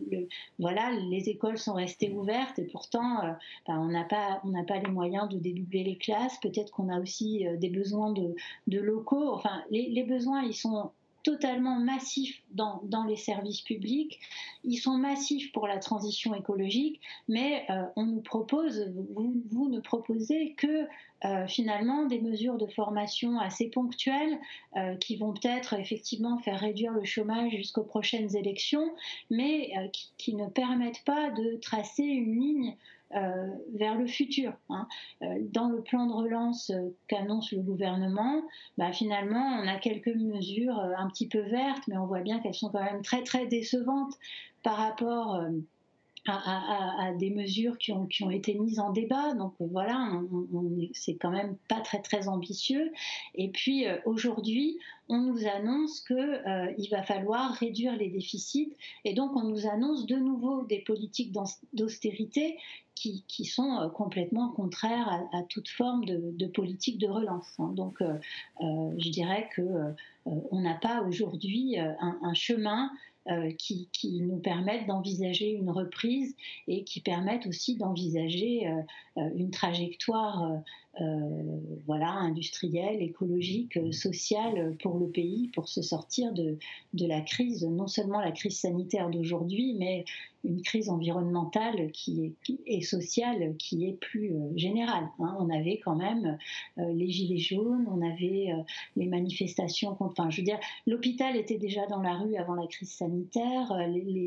Les écoles sont restées ouvertes et pourtant on n'a pas les moyens de dédoubler les classes. Peut-être qu'on a aussi des besoins de locaux. Les besoins, ils sont totalement massifs dans les services publics, ils sont massifs pour la transition écologique, mais on nous propose, vous ne proposez que finalement des mesures de formation assez ponctuelles qui vont peut-être effectivement faire réduire le chômage jusqu'aux prochaines élections, mais qui ne permettent pas de tracer une ligne vers le futur. Dans le plan de relance qu'annonce le gouvernement, finalement, on a quelques mesures un petit peu vertes, mais on voit bien qu'elles sont quand même très, très décevantes par rapport à des mesures qui ont été mises en débat. Donc voilà, c'est quand même pas très très ambitieux. Et puis aujourd'hui, on nous annonce qu'il va falloir réduire les déficits, et donc on nous annonce de nouveau des politiques d'austérité qui sont complètement contraires à toute forme de politique de relance. Donc je dirais qu'on n'a pas aujourd'hui un chemin qui nous permettent d'envisager une reprise et qui permettent aussi d'envisager une trajectoire industrielle, écologique, sociale pour le pays, pour se sortir de la crise, non seulement la crise sanitaire d'aujourd'hui, mais une crise environnementale et sociale qui est plus générale. On avait quand même les gilets jaunes, on avait les manifestations contre... l'hôpital était déjà dans la rue avant la crise sanitaire. Il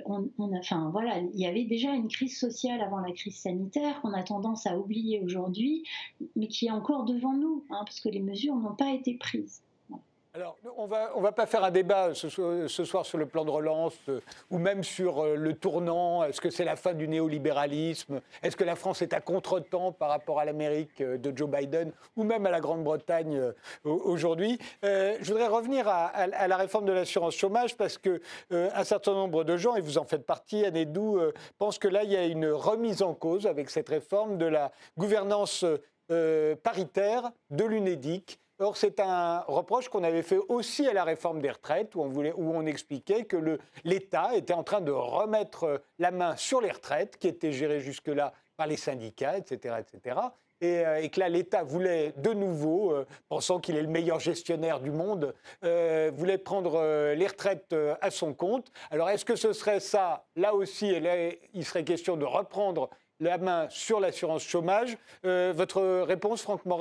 y avait déjà une crise sociale avant la crise sanitaire qu'on a tendance à oublier aujourd'hui, mais qui est encore devant nous, parce que les mesures n'ont pas été prises. Alors, on va pas faire un débat ce soir sur le plan de relance ou même sur le tournant. Est-ce que c'est la fin du néolibéralisme? Est-ce que la France est à contretemps par rapport à l'Amérique de Joe Biden ou même à la Grande-Bretagne aujourd'hui? Je voudrais revenir à la réforme de l'assurance chômage parce que un certain nombre de gens, et vous en faites partie, Anne Eydou, pensent que là, il y a une remise en cause avec cette réforme de la gouvernance paritaire de l'UNEDIC. Or, c'est un reproche qu'on avait fait aussi à la réforme des retraites, où on expliquait que l'État était en train de remettre la main sur les retraites, qui étaient gérées jusque-là par les syndicats, etc., etc. Et que là, l'État voulait de nouveau, pensant qu'il est le meilleur gestionnaire du monde, voulait prendre les retraites à son compte. Alors, est-ce que ce serait ça, là aussi, et là, il serait question de reprendre la main sur l'assurance chômage? Votre réponse, Franck Morel ?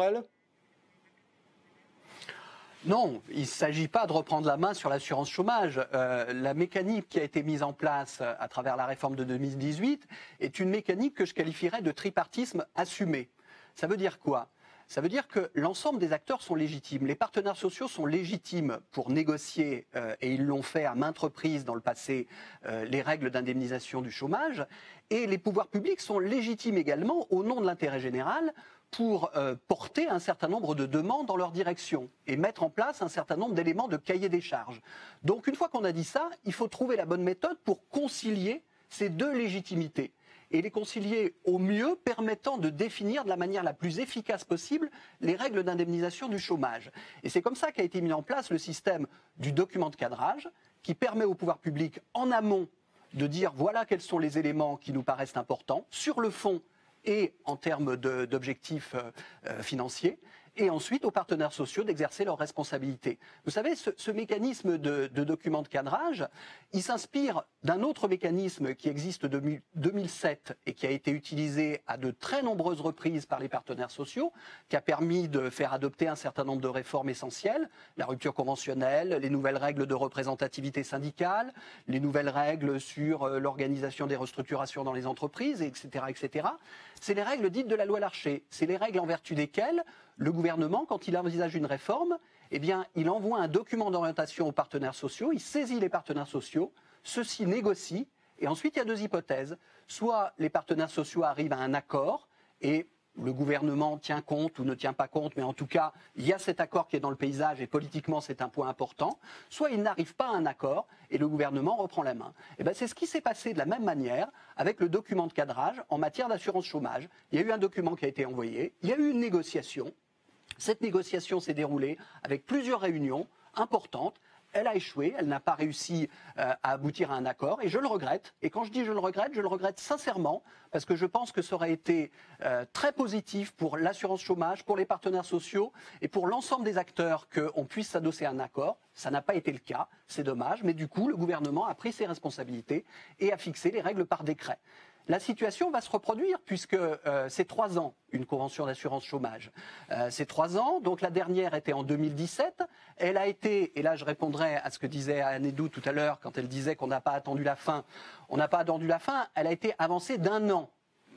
Non, il ne s'agit pas de reprendre la main sur l'assurance chômage. La mécanique qui a été mise en place à travers la réforme de 2018 est une mécanique que je qualifierais de tripartisme assumé. Ça veut dire quoi ? Ça veut dire que l'ensemble des acteurs sont légitimes. Les partenaires sociaux sont légitimes pour négocier, et ils l'ont fait à maintes reprises dans le passé, les règles d'indemnisation du chômage. Et les pouvoirs publics sont légitimes également, au nom de l'intérêt général, pour porter un certain nombre de demandes dans leur direction et mettre en place un certain nombre d'éléments de cahier des charges. Donc une fois qu'on a dit ça, il faut trouver la bonne méthode pour concilier ces deux légitimités. et les concilier au mieux, permettant de définir de la manière la plus efficace possible les règles d'indemnisation du chômage. Et c'est comme ça qu'a été mis en place le système du document de cadrage, qui permet au pouvoir public, en amont, de dire voilà quels sont les éléments qui nous paraissent importants, sur le fond et en termes d'objectifs financiers, et ensuite aux partenaires sociaux d'exercer leurs responsabilités. Vous savez, ce mécanisme de document de cadrage, il s'inspire d'un autre mécanisme qui existe depuis 2007 et qui a été utilisé à de très nombreuses reprises par les partenaires sociaux, qui a permis de faire adopter un certain nombre de réformes essentielles, la rupture conventionnelle, les nouvelles règles de représentativité syndicale, les nouvelles règles sur l'organisation des restructurations dans les entreprises, etc., etc. C'est les règles dites de la loi Larcher. C'est les règles en vertu desquelles le gouvernement, quand il envisage une réforme, eh bien, il envoie un document d'orientation aux partenaires sociaux, il saisit les partenaires sociaux, ceux-ci négocient, et ensuite il y a deux hypothèses. Soit les partenaires sociaux arrivent à un accord, et le gouvernement tient compte ou ne tient pas compte, mais en tout cas, il y a cet accord qui est dans le paysage et politiquement c'est un point important, soit il n'arrive pas à un accord et le gouvernement reprend la main. Et bien, c'est ce qui s'est passé de la même manière avec le document de cadrage en matière d'assurance chômage. Il y a eu un document qui a été envoyé, il y a eu une négociation. Cette négociation s'est déroulée avec plusieurs réunions importantes. Elle a échoué, elle n'a pas réussi à aboutir à un accord et je le regrette. Et quand je dis je le regrette sincèrement parce que je pense que ça aurait été très positif pour l'assurance chômage, pour les partenaires sociaux et pour l'ensemble des acteurs qu'on puisse s'adosser à un accord. Ça n'a pas été le cas, c'est dommage, mais du coup le gouvernement a pris ses responsabilités et a fixé les règles par décret. La situation va se reproduire puisque c'est 3 ans, une convention d'assurance chômage. C'est 3 ans, donc la dernière était en 2017. Elle a été, et là je répondrai à ce que disait Anne Edou tout à l'heure quand elle disait qu'on n'a pas attendu la fin. On n'a pas attendu la fin, elle a été avancée d'un an,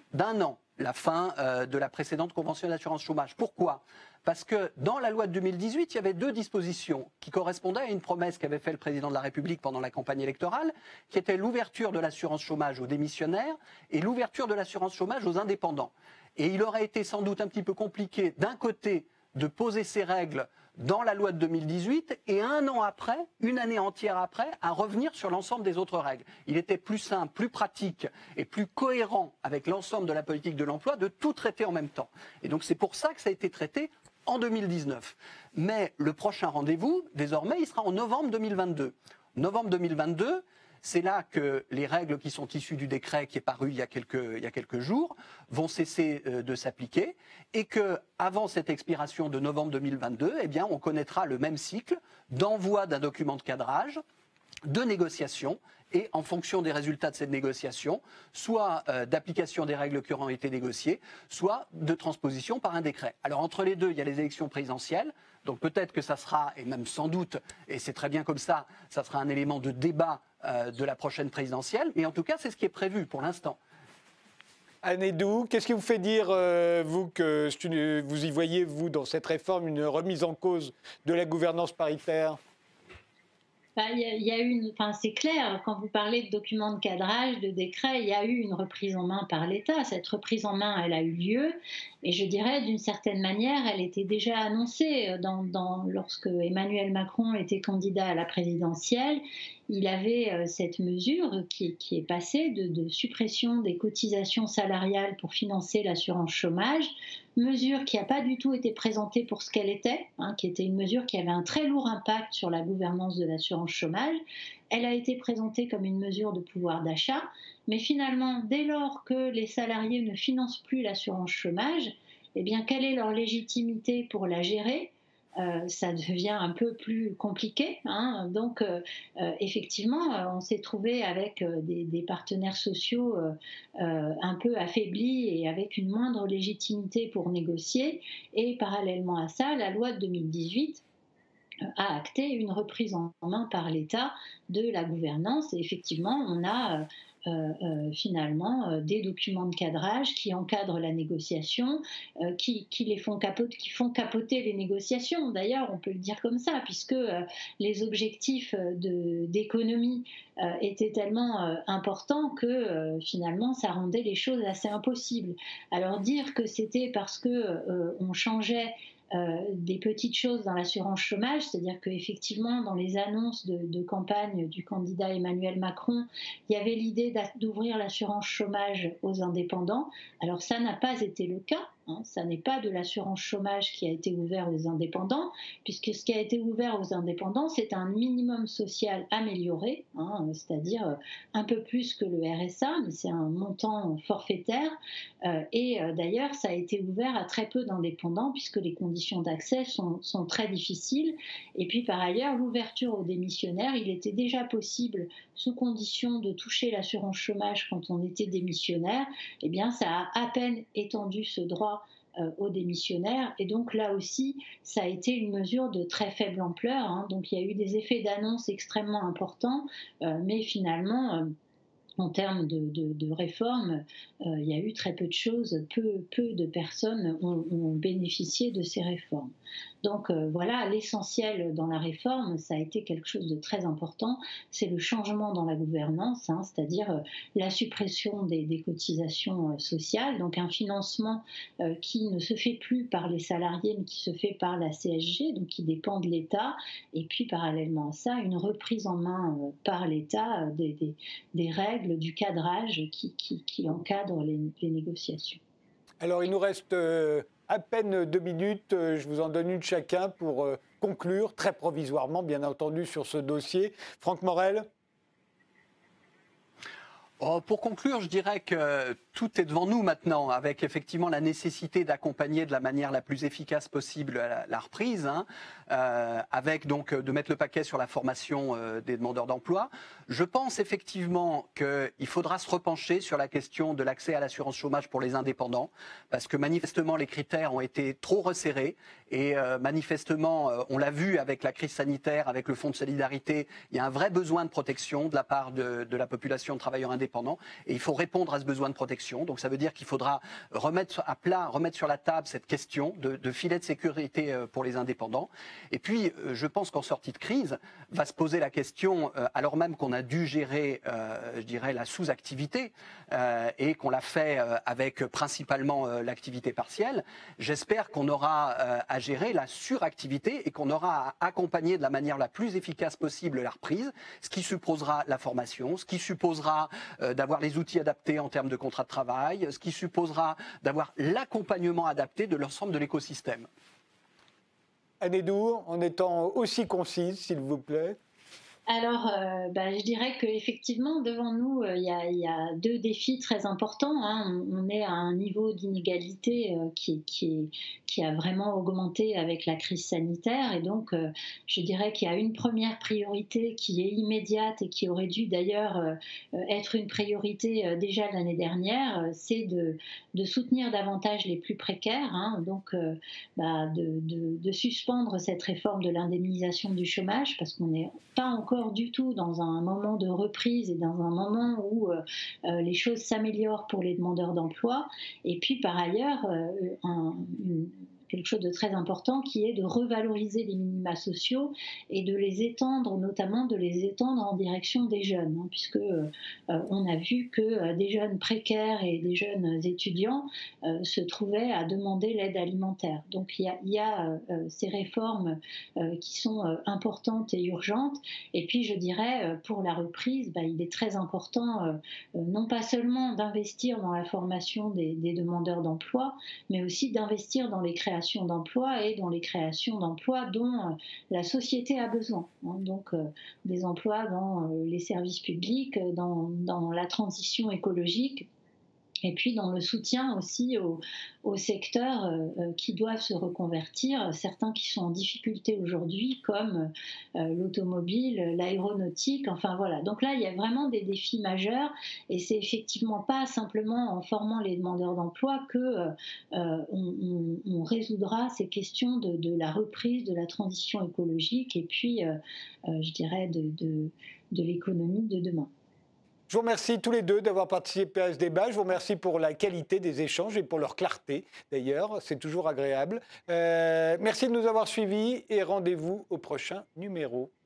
la fin de la précédente convention d'assurance chômage. Pourquoi ? Parce que dans la loi de 2018, il y avait 2 dispositions qui correspondaient à une promesse qu'avait fait le président de la République pendant la campagne électorale, qui était l'ouverture de l'assurance chômage aux démissionnaires et l'ouverture de l'assurance chômage aux indépendants. Et il aurait été sans doute un petit peu compliqué, d'un côté, de poser ces règles dans la loi de 2018 et un an après, une année entière après, à revenir sur l'ensemble des autres règles. Il était plus simple, plus pratique et plus cohérent avec l'ensemble de la politique de l'emploi de tout traiter en même temps. Et donc c'est pour ça que ça a été traité en 2019. Mais le prochain rendez-vous, désormais, il sera en novembre 2022. Novembre 2022, c'est là que les règles qui sont issues du décret qui est paru il y a quelques jours vont cesser de s'appliquer et qu'avant cette expiration de novembre 2022, eh bien, on connaîtra le même cycle d'envoi d'un document de cadrage, de négociation et en fonction des résultats de cette négociation, soit d'application des règles qui auront été négociées, soit de transposition par un décret. Alors entre les deux, il y a les élections présidentielles, donc peut-être que ça sera, et même sans doute, et c'est très bien comme ça sera un élément de débat de la prochaine présidentielle, mais en tout cas c'est ce qui est prévu pour l'instant. Anne Edou, qu'est-ce qui vous fait dire, vous, que vous y voyez, vous, dans cette réforme, une remise en cause de la gouvernance paritaire ? C'est clair, quand vous parlez de documents de cadrage, de décret, il y a eu une reprise en main par l'État. Cette reprise en main, elle a eu lieu et je dirais d'une certaine manière, elle était déjà annoncée lorsque Emmanuel Macron était candidat à la présidentielle. Il avait cette mesure qui est passée de suppression des cotisations salariales pour financer l'assurance chômage, mesure qui n'a pas du tout été présentée pour ce qu'elle était, qui était une mesure qui avait un très lourd impact sur la gouvernance de l'assurance chômage. Elle a été présentée comme une mesure de pouvoir d'achat, mais finalement, dès lors que les salariés ne financent plus l'assurance chômage, eh bien, quelle est leur légitimité pour la gérer ? Ça devient un peu plus compliqué. Donc, effectivement, on s'est trouvé avec des partenaires sociaux un peu affaiblis et avec une moindre légitimité pour négocier. Et parallèlement à ça, la loi de 2018 a acté une reprise en main par l'État de la gouvernance. Et effectivement, on a finalement des documents de cadrage qui encadrent la négociation, qui font capoter les négociations. D'ailleurs, on peut le dire comme ça, puisque les objectifs d'économie étaient tellement importants que finalement, ça rendait les choses assez impossibles. Alors dire que c'était parce que on changeait des petites choses dans l'assurance chômage, c'est-à-dire qu'effectivement, dans les annonces de campagne du candidat Emmanuel Macron, il y avait l'idée d'ouvrir l'assurance chômage aux indépendants. Alors ça n'a pas été le cas. Ça n'est pas de l'assurance chômage qui a été ouvert aux indépendants, puisque ce qui a été ouvert aux indépendants, c'est un minimum social amélioré, c'est-à-dire un peu plus que le RSA, mais c'est un montant forfaitaire. Et d'ailleurs, ça a été ouvert à très peu d'indépendants, puisque les conditions d'accès sont très difficiles. Et puis par ailleurs, l'ouverture aux démissionnaires, il était déjà possible, sous condition de toucher l'assurance chômage quand on était démissionnaire. Eh bien, ça a à peine étendu ce droit aux démissionnaires, et donc là aussi ça a été une mesure de très faible ampleur, donc il y a eu des effets d'annonce extrêmement importants, mais finalement en termes de réforme, il y a eu très peu de choses, peu de personnes ont bénéficié de ces réformes. Donc voilà, l'essentiel dans la réforme, ça a été quelque chose de très important, c'est le changement dans la gouvernance, c'est-à-dire la suppression des cotisations sociales, donc un financement qui ne se fait plus par les salariés, mais qui se fait par la CSG, donc qui dépend de l'État, et puis parallèlement à ça, une reprise en main par l'État des règles, du cadrage qui encadre les négociations. Alors, il nous reste à peine 2 minutes. Je vous en donne une chacun pour conclure, très provisoirement, bien entendu, sur ce dossier. Franck Morel. Pour conclure, je dirais que tout est devant nous maintenant, avec effectivement la nécessité d'accompagner de la manière la plus efficace possible la reprise, avec donc de mettre le paquet sur la formation des demandeurs d'emploi. Je pense effectivement qu'il faudra se repencher sur la question de l'accès à l'assurance chômage pour les indépendants, parce que manifestement les critères ont été trop resserrés et manifestement, on l'a vu avec la crise sanitaire, avec le fonds de solidarité, il y a un vrai besoin de protection de la part de la population de travailleurs indépendants. Et il faut répondre à ce besoin de protection. Donc ça veut dire qu'il faudra remettre à plat, remettre sur la table cette question de filet de sécurité pour les indépendants. Et puis, je pense qu'en sortie de crise, va se poser la question, alors même qu'on a dû gérer, je dirais, la sous-activité et qu'on l'a fait avec principalement l'activité partielle, j'espère qu'on aura à gérer la suractivité et qu'on aura à accompagner de la manière la plus efficace possible la reprise, ce qui supposera la formation, ce qui supposera d'avoir les outils adaptés en termes de contrat de travail, ce qui supposera d'avoir l'accompagnement adapté de l'ensemble de l'écosystème. Anne Edour, en étant aussi concise, s'il vous plaît. Alors, je dirais qu'effectivement, devant nous, il y a 2 défis très importants. On est à un niveau d'inégalité qui a vraiment augmenté avec la crise sanitaire. Et donc, je dirais qu'il y a une première priorité qui est immédiate et qui aurait dû d'ailleurs être une priorité déjà l'année dernière, c'est de soutenir davantage les plus précaires. Donc, de suspendre cette réforme de l'indemnisation du chômage, parce qu'on n'est pas encore du tout dans un moment de reprise et dans un moment où les choses s'améliorent pour les demandeurs d'emploi. Et puis par ailleurs, quelque chose de très important qui est de revaloriser les minima sociaux et de les étendre, notamment de les étendre en direction des jeunes, puisque on a vu que des jeunes précaires et des jeunes étudiants se trouvaient à demander l'aide alimentaire. Donc il y a ces réformes qui sont importantes et urgentes. Et puis je dirais, pour la reprise, il est très important non pas seulement d'investir dans la formation des demandeurs d'emploi, mais aussi d'investir dans les créations d'emplois et dans les créations d'emplois dont la société a besoin. Donc des emplois dans les services publics, dans la transition écologique, et puis dans le soutien aussi aux secteurs qui doivent se reconvertir, certains qui sont en difficulté aujourd'hui, comme l'automobile, l'aéronautique, enfin voilà. Donc là, il y a vraiment des défis majeurs, et c'est effectivement pas simplement en formant les demandeurs d'emploi que on résoudra ces questions de la reprise, de la transition écologique, et puis, je dirais, de l'économie de demain. Je vous remercie tous les deux d'avoir participé à ce débat. Je vous remercie pour la qualité des échanges et pour leur clarté, d'ailleurs. C'est toujours agréable. Merci de nous avoir suivis et rendez-vous au prochain numéro.